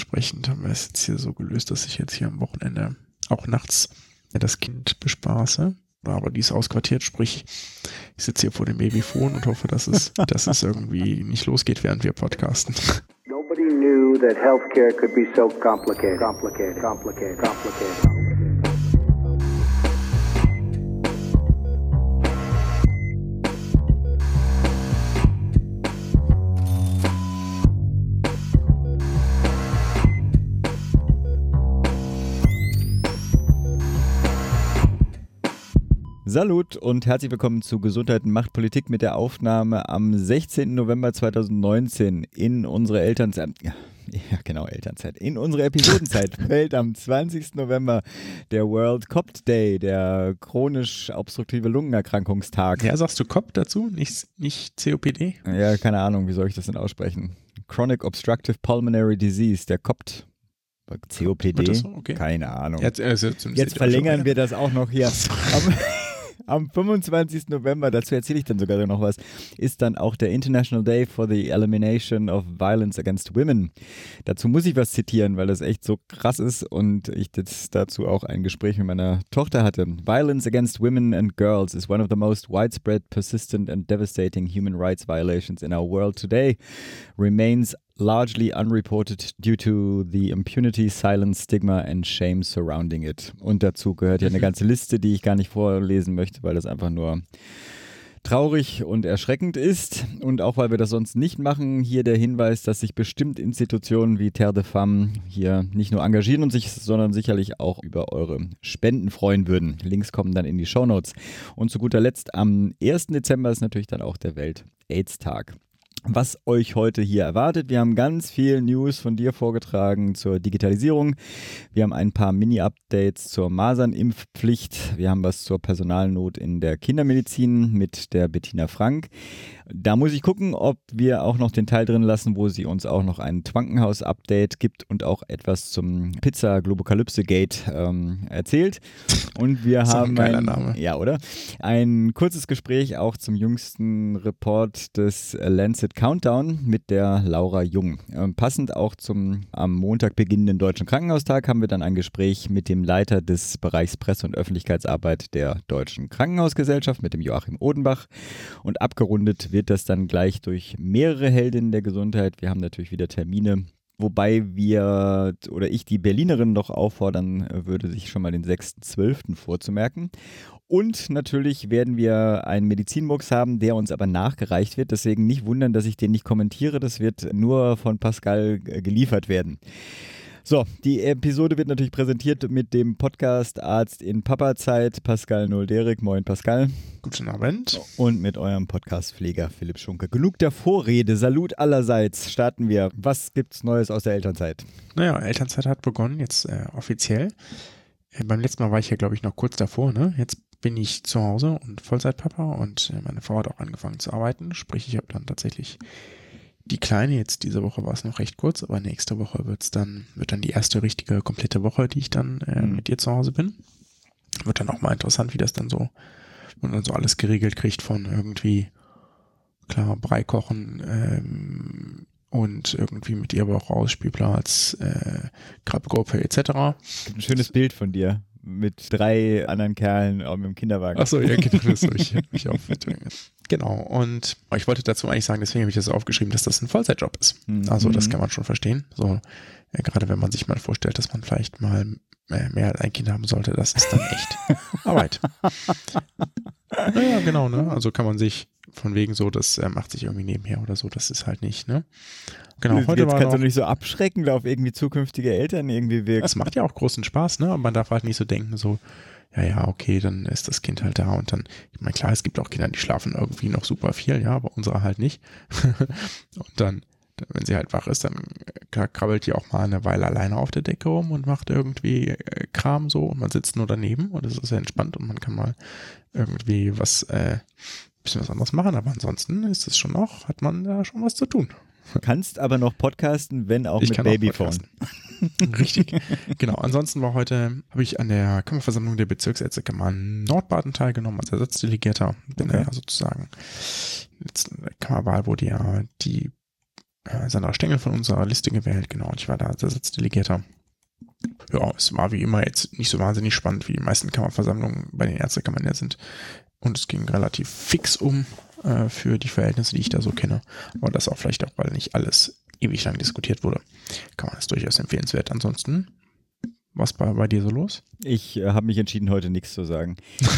dementsprechend haben wir es jetzt hier so gelöst, dass ich jetzt hier am Wochenende auch nachts das Kind bespaße. Aber die ist ausquartiert, sprich, ich sitze hier vor dem Babyphone und hoffe, dass es irgendwie nicht losgeht, während wir podcasten. Nobody knew that healthcare could be so complicated. Salut und herzlich willkommen zu Gesundheit macht Politik mit der Aufnahme am 16. November 2019 in unsere Elternzeit. Ja, genau, Elternzeit. In unsere Episodenzeit fällt am 20. November der World COPD Day, der chronisch obstruktive Lungenerkrankungstag. Ja, sagst du COP dazu, nicht COPD? Ja, keine Ahnung, wie soll ich das denn aussprechen? Chronic Obstructive Pulmonary Disease, der COPD. COPD? So? Okay. Keine Ahnung. Jetzt verlängern wir das auch noch hier. Am 25. November, dazu erzähle ich dann sogar noch was, ist dann auch der International Day for the Elimination of Violence Against Women. Dazu muss ich was zitieren, weil das echt so krass ist und ich jetzt dazu auch ein Gespräch mit meiner Tochter hatte. Violence against women and girls is one of the most widespread, persistent and devastating human rights violations in our world today. Remains largely unreported due to the impunity, silence, stigma and shame surrounding it. Und dazu gehört ja eine ganze Liste, die ich gar nicht vorlesen möchte, weil das einfach nur traurig und erschreckend ist. Und auch weil wir das sonst nicht machen, hier der Hinweis, dass sich bestimmt Institutionen wie Terre de Femmes hier nicht nur engagieren und sich, sondern sicherlich auch über eure Spenden freuen würden. Links kommen dann in die Shownotes. Und zu guter Letzt am 1. Dezember ist natürlich dann auch der Welt-AIDS-Tag. Was euch heute hier erwartet. Wir haben ganz viel News von dir vorgetragen zur Digitalisierung. Wir haben ein paar Mini-Updates zur Masernimpfpflicht. Wir haben was zur Personalnot in der Kindermedizin mit der Bettina Frank. Da muss ich gucken, ob wir auch noch den Teil drin lassen, wo sie uns auch noch ein Twankenhaus-Update gibt und auch etwas zum Pizza-Globokalypse-Gate erzählt. Und wir haben ein kurzes Gespräch auch zum jüngsten Report des Lancet Countdown mit der Laura Jung. Passend auch zum am Montag beginnenden Deutschen Krankenhaustag haben wir dann ein Gespräch mit dem Leiter des Bereichs Presse- und Öffentlichkeitsarbeit der Deutschen Krankenhausgesellschaft, mit dem Joachim Odenbach. Und abgerundet wird das dann gleich durch mehrere Heldinnen der Gesundheit. Wir haben natürlich wieder Termine, wobei ich die Berlinerin noch auffordern würde, sich schon mal den 6.12. vorzumerken. Und natürlich werden wir einen Medizinmux haben, der uns aber nachgereicht wird. Deswegen nicht wundern, dass ich den nicht kommentiere. Das wird nur von Pascal geliefert werden. So, die Episode wird natürlich präsentiert mit dem Podcast Arzt in Papazeit, Pascal Nolderik. Moin Pascal. Guten Abend. Und mit eurem Podcastpfleger Philipp Schunke. Genug der Vorrede, Salut allerseits, starten wir. Was gibt's Neues aus der Elternzeit? Naja, Elternzeit hat begonnen, jetzt offiziell. Beim letzten Mal war ich ja, glaube ich, noch kurz davor, ne? Jetzt bin ich zu Hause und Vollzeitpapa und meine Frau hat auch angefangen zu arbeiten. Sprich, ich habe dann tatsächlich die Kleine, jetzt diese Woche war es noch recht kurz, aber nächste Woche wird dann die erste richtige, komplette Woche, die ich dann mit ihr zu Hause bin. Wird dann auch mal interessant, wie das dann so, wenn man dann so alles geregelt kriegt von irgendwie, klar, Brei kochen und irgendwie mit ihr aber auch raus, Spielplatz, Krabbelgruppe etc. Ein schönes Bild von dir mit 3 anderen Kerlen mit dem Kinderwagen. Achso, ja, genau, das habe ich auch mit. Genau, und ich wollte dazu eigentlich sagen, deswegen habe ich das aufgeschrieben, dass das ein Vollzeitjob ist. Also das kann man schon verstehen. So, gerade wenn man sich mal vorstellt, dass man vielleicht mal mehr als ein Kind haben sollte, das ist dann echt Arbeit. Naja, genau, ne? Also kann man sich von wegen so, das macht sich irgendwie nebenher oder so, das ist halt nicht, ne? Genau, heute jetzt war kannst noch, du nicht so abschreckend auf irgendwie zukünftige Eltern irgendwie wirken. das macht ja auch großen Spaß, ne? Aber man darf halt nicht so denken, so, ja, okay, dann ist das Kind halt da und dann, ich meine, klar, es gibt auch Kinder, die schlafen irgendwie noch super viel, ja, aber unsere halt nicht. Und dann, wenn sie halt wach ist, dann krabbelt die auch mal eine Weile alleine auf der Decke rum und macht irgendwie Kram so und man sitzt nur daneben und es ist sehr entspannt und man kann mal irgendwie bisschen was anderes machen, aber ansonsten ist es hat man da schon was zu tun. Du kannst aber noch podcasten, wenn auch Ich mit kann auch Babyphone. Richtig, genau. Ansonsten habe ich an der Kammerversammlung der Bezirksärztekammer Nordbaden teilgenommen als Ersatzdelegierter. Bin ja sozusagen jetzt in der Kammerwahl, wo die Sandra Stengel von unserer Liste gewählt, genau, und ich war da als Ersatzdelegierter. Ja, es war wie immer jetzt nicht so wahnsinnig spannend, wie die meisten Kammerversammlungen bei den Ärztekammern ja sind. Und es ging relativ fix für die Verhältnisse, die ich da so kenne. Aber das auch vielleicht auch, weil nicht alles ewig lang diskutiert wurde. Kann man das durchaus empfehlenswert. Ansonsten, was bei dir so los? Ich habe mich entschieden, heute nichts zu sagen.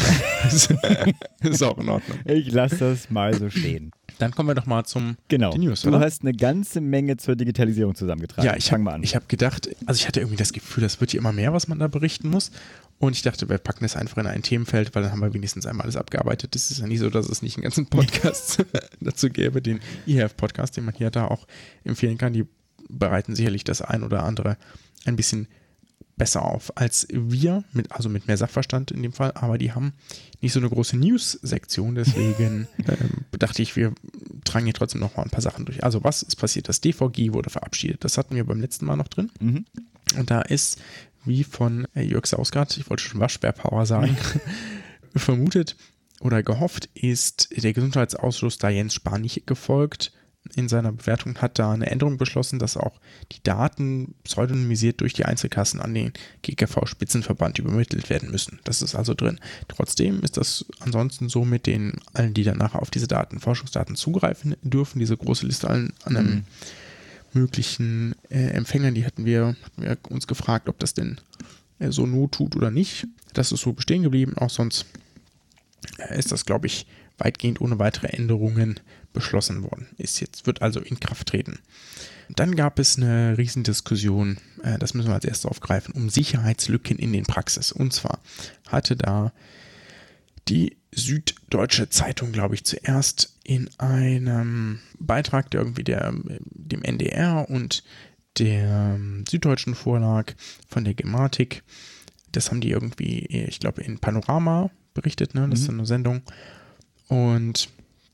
Ist auch in Ordnung. Ich lasse das mal so stehen. Dann kommen wir doch mal zum Genau. die News, du oder? hast eine ganze Menge zur Digitalisierung zusammengetragen. Ja, Fangen wir an. Ich habe gedacht, also ich hatte irgendwie das Gefühl, das wird hier immer mehr, was man da berichten muss. Und ich dachte, wir packen das einfach in ein Themenfeld, weil dann haben wir wenigstens einmal alles abgearbeitet. Es ist ja nicht so, dass es nicht einen ganzen Podcast dazu gäbe, den eHealth-Podcast, den man hier da auch empfehlen kann. Die bereiten sicherlich das ein oder andere ein bisschen besser auf als wir, also mit mehr Sachverstand in dem Fall, aber die haben nicht so eine große News-Sektion, deswegen dachte ich, wir tragen hier trotzdem noch mal ein paar Sachen durch. Also was ist passiert? Das DVG wurde verabschiedet, das hatten wir beim letzten Mal noch drin und da ist, wie von Jörg Sausgard, ich wollte schon Waschbärpower sagen, vermutet oder gehofft, ist der Gesundheitsausschuss da Jens Spahn nicht gefolgt. In seiner Bewertung hat da eine Änderung beschlossen, dass auch die Daten pseudonymisiert durch die Einzelkassen an den GKV-Spitzenverband übermittelt werden müssen. Das ist also drin. Trotzdem ist das ansonsten so mit den allen, die danach auf diese Daten, Forschungsdaten zugreifen dürfen, diese große Liste an einem möglichen Empfängern, die hatten wir uns gefragt, ob das denn so Not tut oder nicht. Das ist so bestehen geblieben. Auch sonst ist das, glaube ich, weitgehend ohne weitere Änderungen beschlossen worden. Wird also in Kraft treten. Dann gab es eine Riesendiskussion, das müssen wir als erstes aufgreifen, um Sicherheitslücken in den Praxis. Und zwar hatte da die Süddeutsche Zeitung, glaube ich, zuerst in einem Beitrag, der irgendwie dem NDR und der Süddeutschen Vorlag von der Gematik, das haben die irgendwie, ich glaube, in Panorama berichtet, ne? Das ist so eine Sendung. Und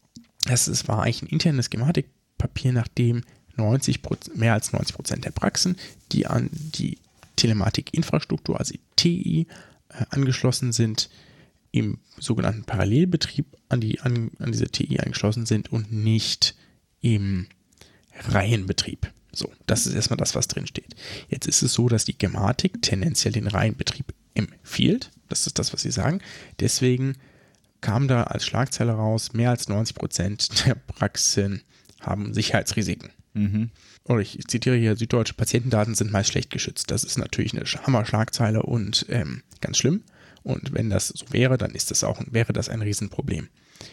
es war eigentlich ein internes Gematikpapier, nachdem mehr als 90% der Praxen, die an die Telematikinfrastruktur, also TI, angeschlossen sind, im sogenannten Parallelbetrieb an diese TI angeschlossen sind und nicht im Reihenbetrieb. So, das ist erstmal das, was drin steht. Jetzt ist es so, dass die Gematik tendenziell den Reihenbetrieb empfiehlt. Das ist das, was sie sagen. Deswegen kam da als Schlagzeile raus, mehr als 90% der Praxen haben Sicherheitsrisiken. Oder ich zitiere hier, süddeutsche Patientendaten sind meist schlecht geschützt. Das ist natürlich eine Hammer-Schlagzeile und ganz schlimm. Und wenn das so wäre, dann wäre das ein Riesenproblem.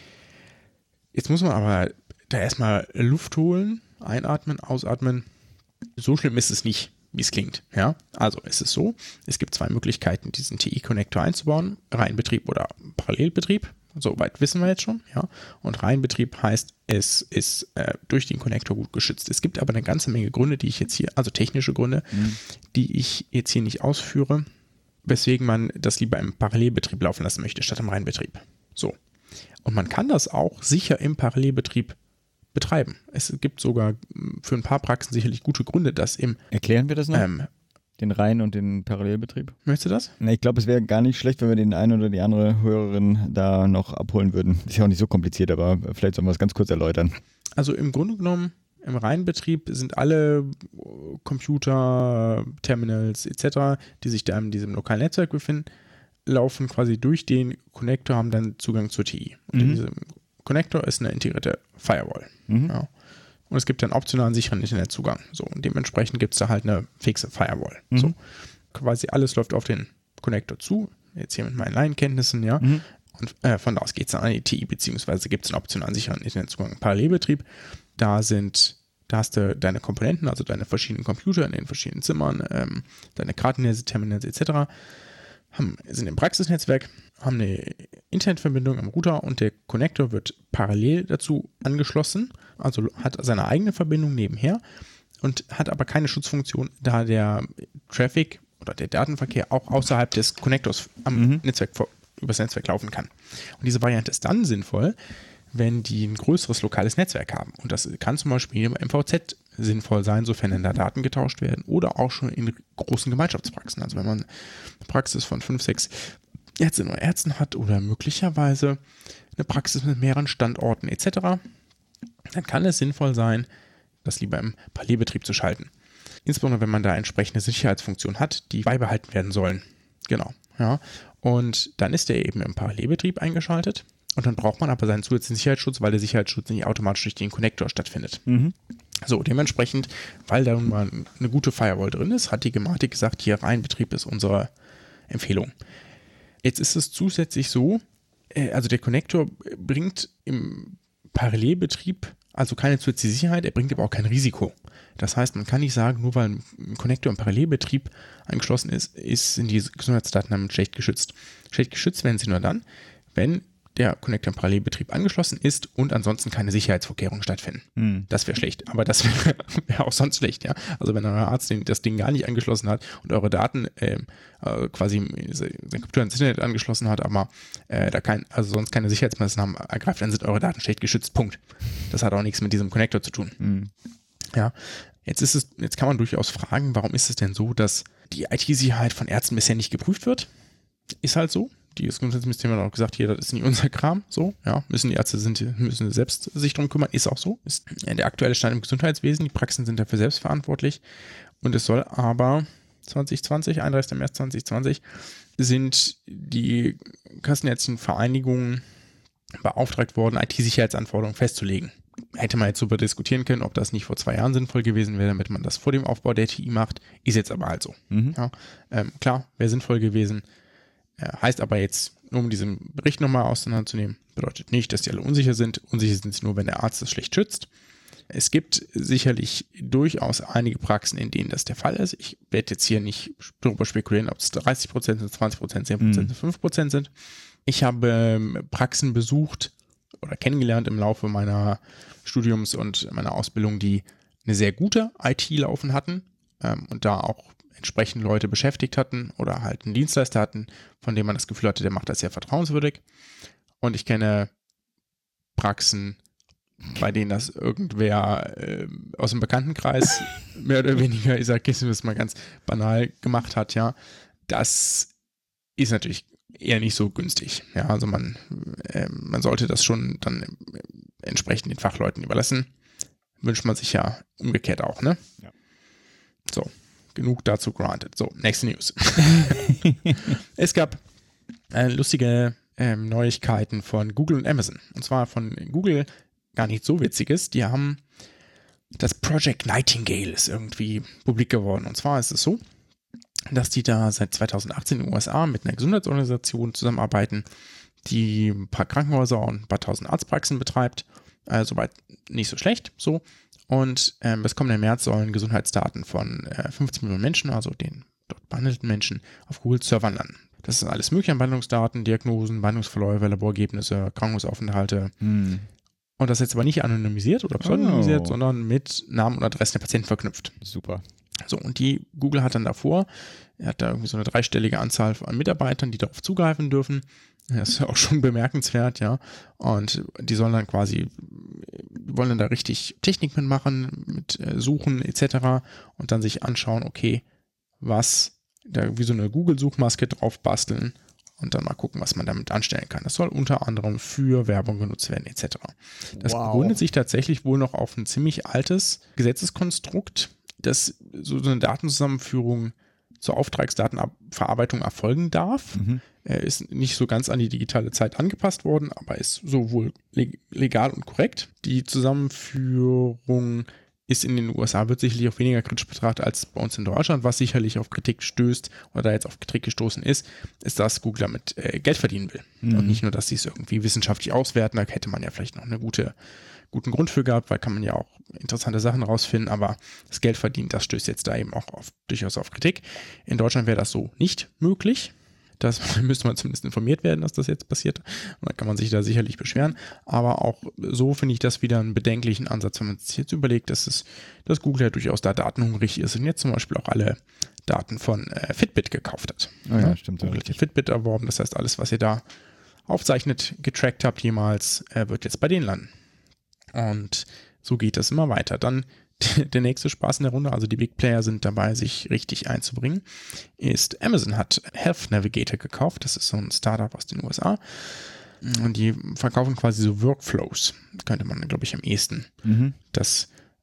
Jetzt muss man aber da erstmal Luft holen, einatmen, ausatmen. So schlimm ist es nicht, wie es klingt. Ja? Also es ist so, es gibt zwei Möglichkeiten, diesen TI-Connector einzubauen, Reihenbetrieb oder Parallelbetrieb. Soweit wissen wir jetzt schon. Ja? Und Reihenbetrieb heißt, es ist durch den Connector gut geschützt. Es gibt aber eine ganze Menge Gründe, die ich jetzt hier, also technische Gründe, die ich jetzt hier nicht ausführe, weswegen man das lieber im Parallelbetrieb laufen lassen möchte, statt im Reihenbetrieb. So. Und man kann das auch sicher im Parallelbetrieb betreiben. Es gibt sogar für ein paar Praxen sicherlich gute Gründe, das im... Erklären wir das noch? Den Reihen- und den Parallelbetrieb? Möchtest du das? Na, ich glaube, es wäre gar nicht schlecht, wenn wir den einen oder die andere Hörerin da noch abholen würden. Ist ja auch nicht so kompliziert, aber vielleicht sollen wir es ganz kurz erläutern. Also im Grunde genommen, im Reihenbetrieb sind alle Computer, Terminals etc., die sich da in diesem lokalen Netzwerk befinden, laufen quasi durch den Connector, haben dann Zugang zur TI. Und in diesem Connector ist eine integrierte Firewall. Ja. Und es gibt dann optionalen sicheren Internetzugang. So, und dementsprechend gibt es da halt eine fixe Firewall. So, quasi alles läuft auf den Connector zu. Jetzt hier mit meinen Laienkenntnissen, ja. Und von da aus geht es dann an die TI, beziehungsweise gibt es einen optionalen sicheren Internetzugang im Parallelbetrieb. Da hast du deine Komponenten, also deine verschiedenen Computer in den verschiedenen Zimmern, deine Kartennetze, Terminals etc. Sind im Praxisnetzwerk, haben eine Internetverbindung am Router und der Connector wird parallel dazu angeschlossen, also hat seine eigene Verbindung nebenher und hat aber keine Schutzfunktion, da der Traffic oder der Datenverkehr auch außerhalb des Connectors übers Netzwerk laufen kann. Und diese Variante ist dann sinnvoll, wenn die ein größeres lokales Netzwerk haben. Und das kann zum Beispiel im MVZ sinnvoll sein, sofern dann da Daten getauscht werden oder auch schon in großen Gemeinschaftspraxen. Also wenn man eine Praxis von 5, 6 Ärztinnen oder Ärzten hat oder möglicherweise eine Praxis mit mehreren Standorten etc., dann kann es sinnvoll sein, das lieber im Parallelbetrieb zu schalten. Insbesondere, wenn man da entsprechende Sicherheitsfunktionen hat, die beibehalten werden sollen. Genau, ja. Und dann ist der eben im Parallelbetrieb eingeschaltet und dann braucht man aber seinen zusätzlichen Sicherheitsschutz, weil der Sicherheitsschutz nicht automatisch durch den Connector stattfindet. So, dementsprechend, weil da nun mal eine gute Firewall drin ist, hat die Gematik gesagt, hier Reihenbetrieb ist unsere Empfehlung. Jetzt ist es zusätzlich so, also der Connector bringt im Parallelbetrieb also keine zusätzliche Sicherheit, er bringt aber auch kein Risiko. Das heißt, man kann nicht sagen, nur weil ein Connector im Parallelbetrieb angeschlossen ist, sind die Gesundheitsdaten damit schlecht geschützt. Schlecht geschützt werden sie nur dann, wenn der Connector im Parallelbetrieb angeschlossen ist und ansonsten keine Sicherheitsvorkehrungen stattfinden. Das wäre schlecht, aber das wäre auch sonst schlecht, ja. Also wenn euer Arzt das Ding gar nicht angeschlossen hat und eure Daten quasi sein Computer ins Internet angeschlossen hat, aber also sonst keine Sicherheitsmaßnahmen ergreift, dann sind eure Daten schlecht geschützt, Punkt. Das hat auch nichts mit diesem Connector zu tun. Ja. Jetzt kann man durchaus fragen, warum ist es denn so, dass die IT-Sicherheit von Ärzten bisher nicht geprüft wird? Ist halt so. Das Gesundheitsministerium hat auch gesagt, hier, das ist nicht unser Kram, so, ja, müssen die Ärzte müssen selbst sich drum kümmern, ist auch so. Ist der aktuelle Stand im Gesundheitswesen, die Praxen sind dafür selbst verantwortlich und es soll aber 31. März 2020, sind die kassenärztlichen Vereinigungen beauftragt worden, IT-Sicherheitsanforderungen festzulegen. Hätte man jetzt super diskutieren können, ob das nicht vor 2 Jahren sinnvoll gewesen wäre, damit man das vor dem Aufbau der TI macht, ist jetzt aber halt so. Ja, klar, wäre sinnvoll gewesen. Heißt aber jetzt, nur um diesen Bericht nochmal auseinanderzunehmen, bedeutet nicht, dass die alle unsicher sind. Unsicher sind sie nur, wenn der Arzt es schlecht schützt. Es gibt sicherlich durchaus einige Praxen, in denen das der Fall ist. Ich werde jetzt hier nicht darüber spekulieren, ob es 30% sind, 20%, 10%, 5% sind. Ich habe Praxen besucht oder kennengelernt im Laufe meiner Studiums und meiner Ausbildung, die eine sehr gute IT laufen hatten und da auch entsprechend Leute beschäftigt hatten oder halt einen Dienstleister hatten, von dem man das Gefühl hatte, der macht das sehr vertrauenswürdig. Und ich kenne Praxen, bei denen das irgendwer aus dem Bekanntenkreis mehr oder weniger, ich sage das mal ganz banal, gemacht hat, ja. Das ist natürlich eher nicht so günstig. Ja, also man sollte das schon dann entsprechend den Fachleuten überlassen. Wünscht man sich ja umgekehrt auch, ne? Ja. So. Genug dazu granted. So, nächste News. Es gab lustige Neuigkeiten von Google und Amazon. Und zwar von Google gar nicht so witziges. Die haben das Project Nightingale ist irgendwie publik geworden. Und zwar ist es so, dass die da seit 2018 in den USA mit einer Gesundheitsorganisation zusammenarbeiten, die ein paar Krankenhäuser und ein paar tausend Arztpraxen betreibt. Soweit nicht so schlecht. So. Und bis kommenden März sollen Gesundheitsdaten von 50 Millionen Menschen, also den dort behandelten Menschen, auf Google-Servern landen. Das sind alles mögliche an Behandlungsdaten, Diagnosen, Behandlungsverläufe, Laborergebnisse, Krankenhausaufenthalte. Und das ist jetzt aber nicht anonymisiert oder pseudonymisiert, sondern mit Namen und Adressen der Patienten verknüpft. Super. So, und Google hat dann davor, er hat da irgendwie so eine 3-stellige Anzahl an Mitarbeitern, die darauf zugreifen dürfen. Das ist ja auch schon bemerkenswert, ja. Und die sollen dann wollen dann da richtig Technik mitmachen, mit Suchen etc. und dann sich anschauen, okay, was da wie so eine Google-Suchmaske drauf basteln und dann mal gucken, was man damit anstellen kann. Das soll unter anderem für Werbung genutzt werden etc. Das gründet sich tatsächlich wohl noch auf ein ziemlich altes Gesetzeskonstrukt, dass so eine Datenzusammenführung zur Auftragsdatenverarbeitung erfolgen darf. Ist nicht so ganz an die digitale Zeit angepasst worden, aber ist sowohl legal und korrekt. Die Zusammenführung ist in den USA, wird sicherlich auch weniger kritisch betrachtet als bei uns in Deutschland, was sicherlich auf Kritik stößt oder da jetzt auf Kritik gestoßen ist, dass Google damit Geld verdienen will. Und nicht nur, dass sie es irgendwie wissenschaftlich auswerten, da hätte man ja vielleicht noch einen guten Grund für gehabt, weil kann man ja auch interessante Sachen rausfinden, aber das Geld verdienen, das stößt jetzt da eben auch durchaus auf Kritik. In Deutschland wäre das so nicht möglich. Das müsste man zumindest informiert werden, dass das jetzt passiert. Und dann kann man sich da sicherlich beschweren. Aber auch so finde ich das wieder einen bedenklichen Ansatz, wenn man sich jetzt überlegt, dass Google ja durchaus da datenhungrig ist und jetzt zum Beispiel auch alle Daten von Fitbit gekauft hat. Oh ja, stimmt. Google hat Fitbit erworben, das heißt, alles, was ihr da aufzeichnet, getrackt habt jemals, wird jetzt bei denen landen. Und so geht das immer weiter. Dann der nächste Spaß in der Runde, also die Big Player sind dabei, sich richtig einzubringen, ist Amazon hat Health Navigator gekauft. Das ist so ein Startup aus den USA. Und die verkaufen quasi so Workflows, könnte man, glaube ich, am ehesten das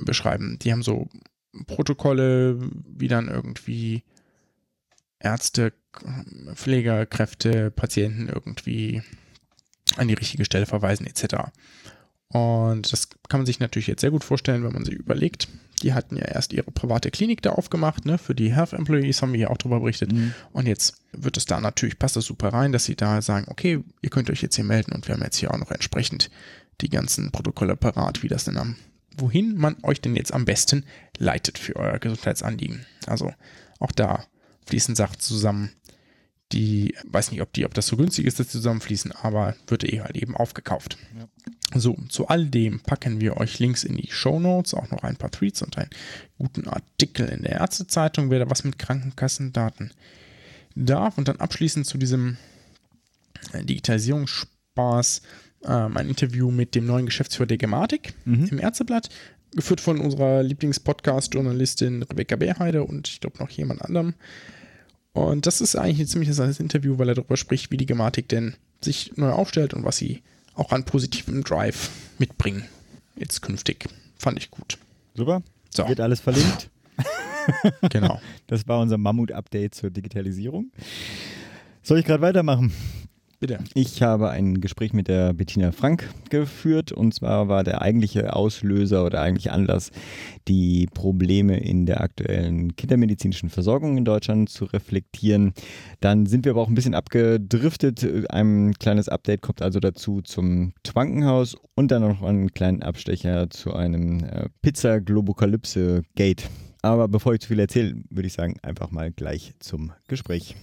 beschreiben. Die haben so Protokolle, wie dann irgendwie Ärzte, Pflegekräfte, Patienten irgendwie an die richtige Stelle verweisen etc. Und das kann man sich natürlich jetzt sehr gut vorstellen, wenn man sich überlegt, die hatten ja erst ihre private Klinik da aufgemacht, ne, für die Health Employees, haben wir ja auch drüber berichtet. Und jetzt wird es da natürlich, passt das super rein, dass sie da sagen, okay, ihr könnt euch jetzt hier melden und wir haben jetzt hier auch noch entsprechend die ganzen Protokolle parat, wie das denn wohin man euch denn jetzt am besten leitet für euer Gesundheitsanliegen. Also auch da fließen Sachen zusammen, die, weiß nicht, ob das so günstig ist, dass die zusammenfließen, aber wird halt eben aufgekauft. Ja. So, zu all dem packen wir euch Links in die Shownotes, auch noch ein paar Tweets und einen guten Artikel in der Ärztezeitung, wer da was mit Krankenkassendaten darf. Und dann abschließend zu diesem Digitalisierungsspaß ein Interview mit dem neuen Geschäftsführer der Gematik im Ärzteblatt, geführt von unserer Lieblings-Podcast-Journalistin Rebecca Beerheide und ich glaube noch jemand anderem. Und das ist eigentlich ein ziemlich interessantes Interview, weil er darüber spricht, wie die Gematik denn sich neu aufstellt und was sie auch an positivem Drive mitbringen. Jetzt künftig. Fand ich gut. Super. So. Wird alles verlinkt. Genau. Das war unser Mammut-Update zur Digitalisierung. Soll ich gerade weitermachen? Bitte. Ich habe ein Gespräch mit der Bettina Frank geführt und zwar war der eigentliche Auslöser oder eigentliche Anlass, die Probleme in der aktuellen kindermedizinischen Versorgung in Deutschland zu reflektieren. Dann sind wir aber auch ein bisschen abgedriftet. Ein kleines Update kommt also dazu zum Twankenhaus und dann noch einen kleinen Abstecher zu einem Pizza-Globokalypse-Gate. Aber bevor ich zu viel erzähle, würde ich sagen, einfach mal gleich zum Gespräch.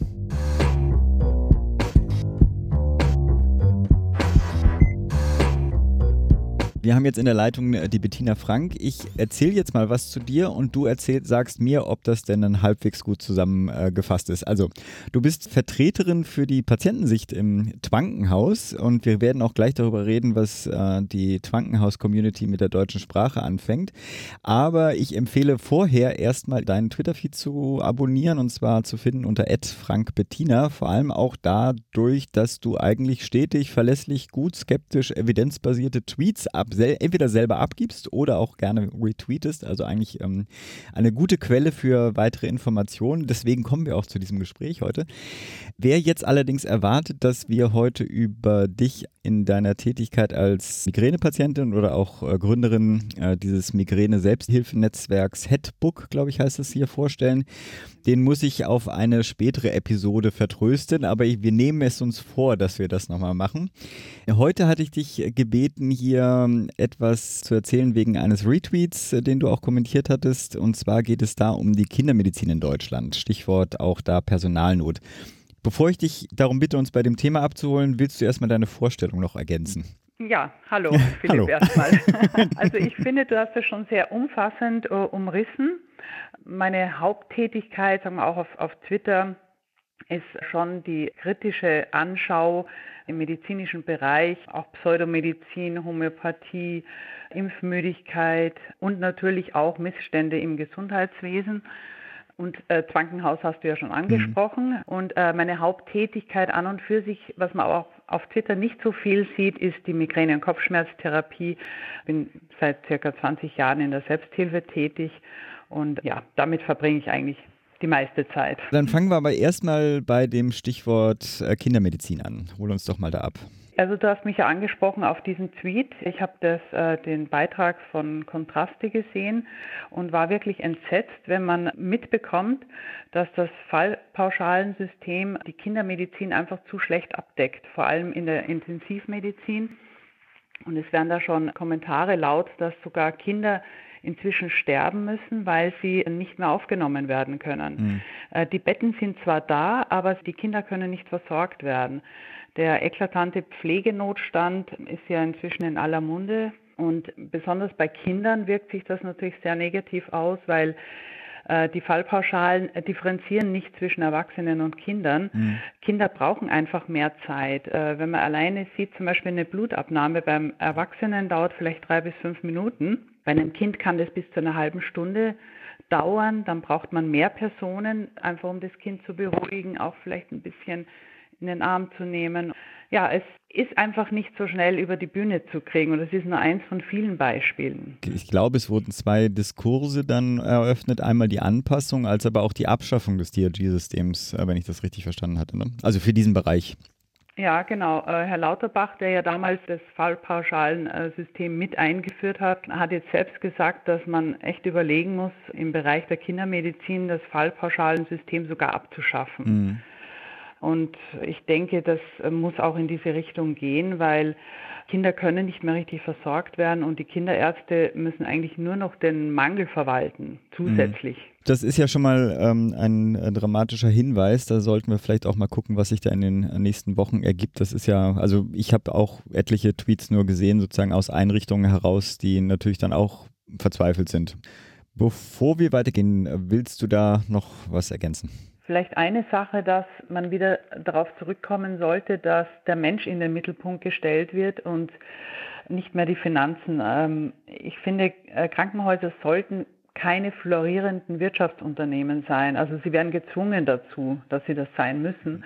Wir haben jetzt in der Leitung die Bettina Frank. Ich erzähle jetzt mal was zu dir und du sagst mir, ob das denn dann halbwegs gut zusammengefasst ist. Also, du bist Vertreterin für die Patientensicht im Twankenhaus und wir werden auch gleich darüber reden, was die Twankenhaus-Community mit der deutschen Sprache anfängt. Aber ich empfehle vorher erstmal deinen Twitter-Feed zu abonnieren und zwar zu finden unter @frankbettina. Vor allem auch dadurch, dass du eigentlich stetig, verlässlich, gut, skeptisch, evidenzbasierte Tweets entweder selber abgibst oder auch gerne retweetest, also eigentlich eine gute Quelle für weitere Informationen. Deswegen kommen wir auch zu diesem Gespräch heute. Wer jetzt allerdings erwartet, dass wir heute über dich in deiner Tätigkeit als Migränepatientin oder auch Gründerin dieses Migräne-Selbsthilfenetzwerks Headbook, glaube ich, heißt es hier, vorstellen, den muss ich auf eine spätere Episode vertrösten, aber wir nehmen es uns vor, dass wir das nochmal machen. Heute hatte ich dich gebeten, hier etwas zu erzählen wegen eines Retweets, den du auch kommentiert hattest. Und zwar geht es da um die Kindermedizin in Deutschland. Stichwort auch da Personalnot. Bevor ich dich darum bitte, uns bei dem Thema abzuholen, willst du erstmal deine Vorstellung noch ergänzen? Ja, hallo Philipp erstmal. Also ich finde, du hast das schon sehr umfassend umrissen. Meine Haupttätigkeit, sagen wir auch auf Twitter, ist schon die kritische Anschau im medizinischen Bereich, auch Pseudomedizin, Homöopathie, Impfmüdigkeit und natürlich auch Missstände im Gesundheitswesen. Und Twankenhaus hast du ja schon angesprochen. Und meine Haupttätigkeit an und für sich, was man auch auf Twitter nicht so viel sieht, ist die Migräne- und Kopfschmerztherapie. Ich bin seit circa 20 Jahren in der Selbsthilfe tätig und ja, damit verbringe ich eigentlich die meiste Zeit. Dann fangen wir aber erstmal bei dem Stichwort Kindermedizin an. Hol uns doch mal da ab. Also du hast mich ja angesprochen auf diesen Tweet. Ich habe den Beitrag von Kontraste gesehen und war wirklich entsetzt, wenn man mitbekommt, dass das Fallpauschalensystem die Kindermedizin einfach zu schlecht abdeckt, vor allem in der Intensivmedizin. Und es werden da schon Kommentare laut, dass sogar Kinder inzwischen sterben müssen, weil sie nicht mehr aufgenommen werden können. Die Betten sind zwar da, aber die Kinder können nicht versorgt werden. Der eklatante Pflegenotstand ist ja inzwischen in aller Munde und besonders bei Kindern wirkt sich das natürlich sehr negativ aus, weil die Fallpauschalen differenzieren nicht zwischen Erwachsenen und Kindern. Kinder brauchen einfach mehr Zeit. Wenn man alleine sieht, zum Beispiel eine Blutabnahme beim Erwachsenen dauert vielleicht 3 bis 5 Minuten. Bei einem Kind kann das bis zu einer halben Stunde dauern. Dann braucht man mehr Personen, einfach um das Kind zu beruhigen, auch vielleicht ein bisschen in den Arm zu nehmen. Ja, es ist einfach nicht so schnell über die Bühne zu kriegen und das ist nur eins von vielen Beispielen. Ich glaube, es wurden 2 Diskurse dann eröffnet, einmal die Anpassung, als aber auch die Abschaffung des DRG-Systems, wenn ich das richtig verstanden hatte, ne? Also für diesen Bereich. Ja, genau. Herr Lauterbach, der ja damals das Fallpauschalensystem mit eingeführt hat, hat jetzt selbst gesagt, dass man echt überlegen muss, im Bereich der Kindermedizin das Fallpauschalensystem sogar abzuschaffen. Mhm. Und ich denke, das muss auch in diese Richtung gehen, weil Kinder können nicht mehr richtig versorgt werden und die Kinderärzte müssen eigentlich nur noch den Mangel verwalten, zusätzlich. Das ist ja schon mal ein dramatischer Hinweis. Da sollten wir vielleicht auch mal gucken, was sich da in den nächsten Wochen ergibt. Das ist ja, also ich habe auch etliche Tweets nur gesehen, sozusagen aus Einrichtungen heraus, die natürlich dann auch verzweifelt sind. Bevor wir weitergehen, willst du da noch was ergänzen? Vielleicht eine Sache, dass man wieder darauf zurückkommen sollte, dass der Mensch in den Mittelpunkt gestellt wird und nicht mehr die Finanzen. Ich finde, Krankenhäuser sollten keine florierenden Wirtschaftsunternehmen sein. Also sie werden gezwungen dazu, dass sie das sein müssen.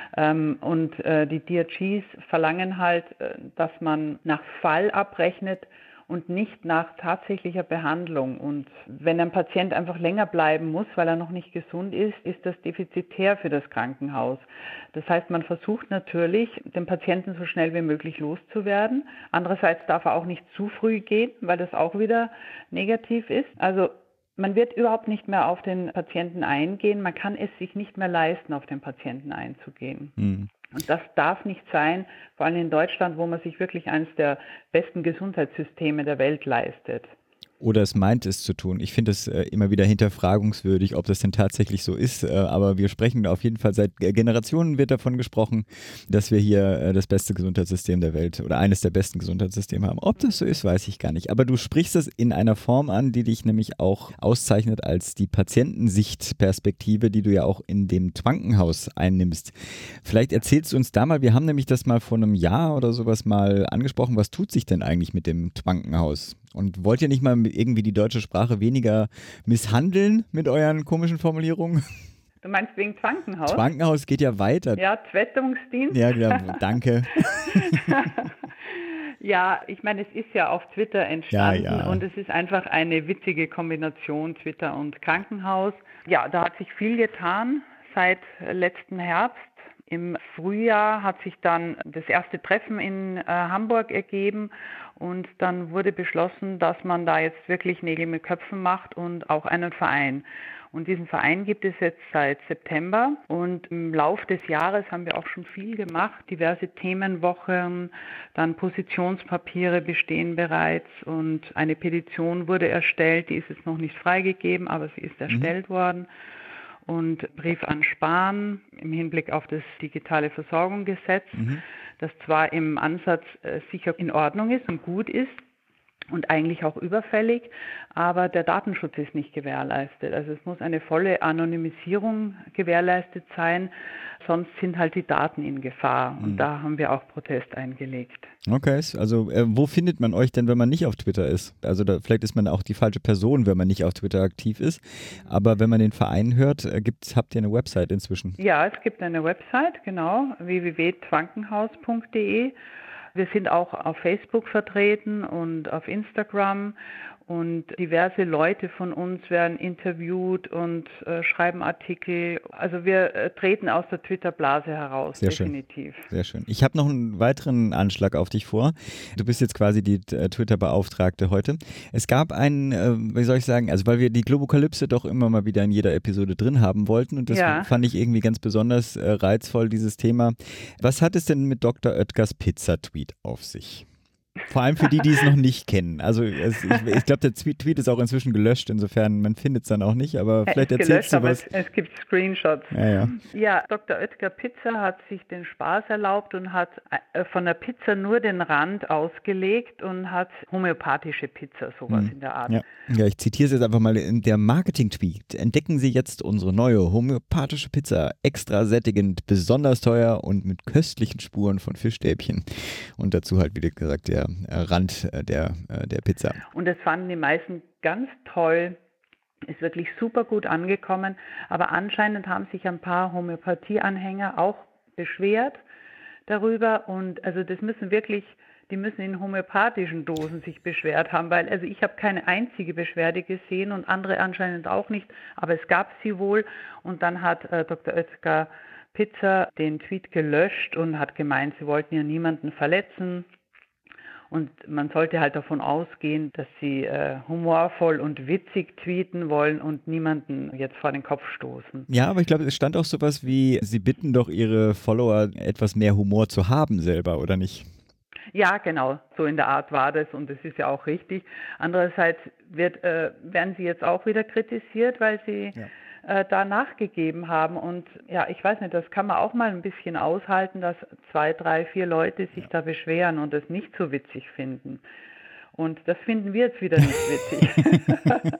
Und die DRGs verlangen halt, dass man nach Fall abrechnet und nicht nach tatsächlicher Behandlung. Und wenn ein Patient einfach länger bleiben muss, weil er noch nicht gesund ist, ist das defizitär für das Krankenhaus. Das heißt, man versucht natürlich, den Patienten so schnell wie möglich loszuwerden. Andererseits darf er auch nicht zu früh gehen, weil das auch wieder negativ ist. Also man wird überhaupt nicht mehr auf den Patienten eingehen. Man kann es sich nicht mehr leisten, auf den Patienten einzugehen. Und das darf nicht sein, vor allem in Deutschland, wo man sich wirklich eines der besten Gesundheitssysteme der Welt leistet. Oder es meint es zu tun. Ich finde es immer wieder hinterfragungswürdig, ob das denn tatsächlich so ist. Aber wir sprechen auf jeden Fall, seit Generationen wird davon gesprochen, dass wir hier das beste Gesundheitssystem der Welt oder eines der besten Gesundheitssysteme haben. Ob das so ist, weiß ich gar nicht. Aber du sprichst es in einer Form an, die dich nämlich auch auszeichnet als die Patientensichtperspektive, die du ja auch in dem Krankenhaus einnimmst. Vielleicht erzählst du uns da mal, wir haben nämlich das mal vor einem Jahr oder sowas mal angesprochen, was tut sich denn eigentlich mit dem Krankenhaus? Und wollt ihr nicht mal irgendwie die deutsche Sprache weniger misshandeln mit euren komischen Formulierungen? Du meinst wegen Krankenhaus? Krankenhaus geht ja weiter. Ja, Zwettungsdienst. Ja, danke. Ja, ich meine, es ist ja auf Twitter entstanden und es ist einfach eine witzige Kombination Twitter und Krankenhaus. Ja, da hat sich viel getan seit letzten Herbst. Im Frühjahr hat sich dann das erste Treffen in Hamburg ergeben und dann wurde beschlossen, dass man da jetzt wirklich Nägel mit Köpfen macht und auch einen Verein. Und diesen Verein gibt es jetzt seit September und im Lauf des Jahres haben wir auch schon viel gemacht, diverse Themenwochen, dann Positionspapiere bestehen bereits und eine Petition wurde erstellt, die ist jetzt noch nicht freigegeben, aber sie ist erstellt worden. Und Brief an Spahn im Hinblick auf das digitale Versorgungsgesetz, das zwar im Ansatz sicher in Ordnung ist und gut ist und eigentlich auch überfällig, aber der Datenschutz ist nicht gewährleistet. Also es muss eine volle Anonymisierung gewährleistet sein, sonst sind halt die Daten in Gefahr und da haben wir auch Protest eingelegt. Okay, also wo findet man euch denn, wenn man nicht auf Twitter ist? Also vielleicht ist man auch die falsche Person, wenn man nicht auf Twitter aktiv ist, aber wenn man den Verein hört, habt ihr eine Website inzwischen? Ja, es gibt eine Website, genau, www.krankenhaus.de. Wir sind auch auf Facebook vertreten und auf Instagram und diverse Leute von uns werden interviewt und schreiben Artikel. Also wir treten aus der Twitter-Blase heraus, Sehr definitiv. Schön. Sehr schön. Ich habe noch einen weiteren Anschlag auf dich vor. Du bist jetzt quasi die Twitter-Beauftragte heute. Es gab einen, wie soll ich sagen, also weil wir die Globokalypse doch immer mal wieder in jeder Episode drin haben wollten und das fand ich irgendwie ganz besonders reizvoll, dieses Thema. Was hat es denn mit Dr. Oetkers Pizza-Tweet auf sich? Vor allem für die, die es noch nicht kennen. Also ich glaube, der Tweet ist auch inzwischen gelöscht, insofern man findet es dann auch nicht, aber vielleicht erzählst du was. Es gibt Screenshots. Ja, Dr. Oetker Pizza hat sich den Spaß erlaubt und hat von der Pizza nur den Rand ausgelegt und hat homöopathische Pizza, sowas in der Art. Ja, ich zitiere es jetzt einfach mal in der Marketing-Tweet. Entdecken Sie jetzt unsere neue homöopathische Pizza, extra sättigend, besonders teuer und mit köstlichen Spuren von Fischstäbchen. Und dazu halt, wie gesagt, der Rand der Pizza. Und das fanden die meisten ganz toll, ist wirklich super gut angekommen, aber anscheinend haben sich ein paar Homöopathie-Anhänger auch beschwert darüber und also das müssen wirklich, die müssen in homöopathischen Dosen sich beschwert haben, weil also ich habe keine einzige Beschwerde gesehen und andere anscheinend auch nicht, aber es gab sie wohl und dann hat Dr. Özkan Pizza den Tweet gelöscht und hat gemeint, sie wollten ja niemanden verletzen. Und man sollte halt davon ausgehen, dass sie humorvoll und witzig tweeten wollen und niemanden jetzt vor den Kopf stoßen. Ja, aber ich glaube, es stand auch sowas wie, sie bitten doch ihre Follower, etwas mehr Humor zu haben selber, oder nicht? Ja, genau, so in der Art war das und das ist ja auch richtig. Andererseits werden sie jetzt auch wieder kritisiert, weil sie da nachgegeben haben und ja, ich weiß nicht, das kann man auch mal ein bisschen aushalten, dass 2, 3, 4 Leute sich da beschweren und es nicht so witzig finden. Und das finden wir jetzt wieder nicht witzig.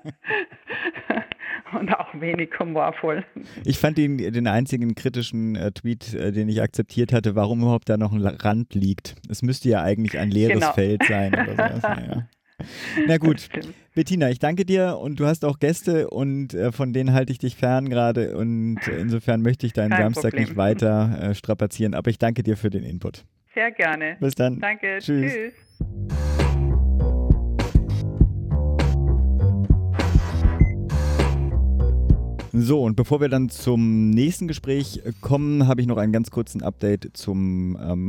Und auch wenig humorvoll. Ich fand den einzigen kritischen Tweet, den ich akzeptiert hatte, warum überhaupt da noch ein Rand liegt. Es müsste ja eigentlich ein leeres Feld sein oder sowas. Naja. Na gut, Bettina, ich danke dir und du hast auch Gäste und von denen halte ich dich fern gerade und insofern möchte ich deinen Samstag nicht weiter strapazieren, aber ich danke dir für den Input. Sehr gerne. Bis dann. Danke. Tschüss. So, und bevor wir dann zum nächsten Gespräch kommen, habe ich noch einen ganz kurzen Update zum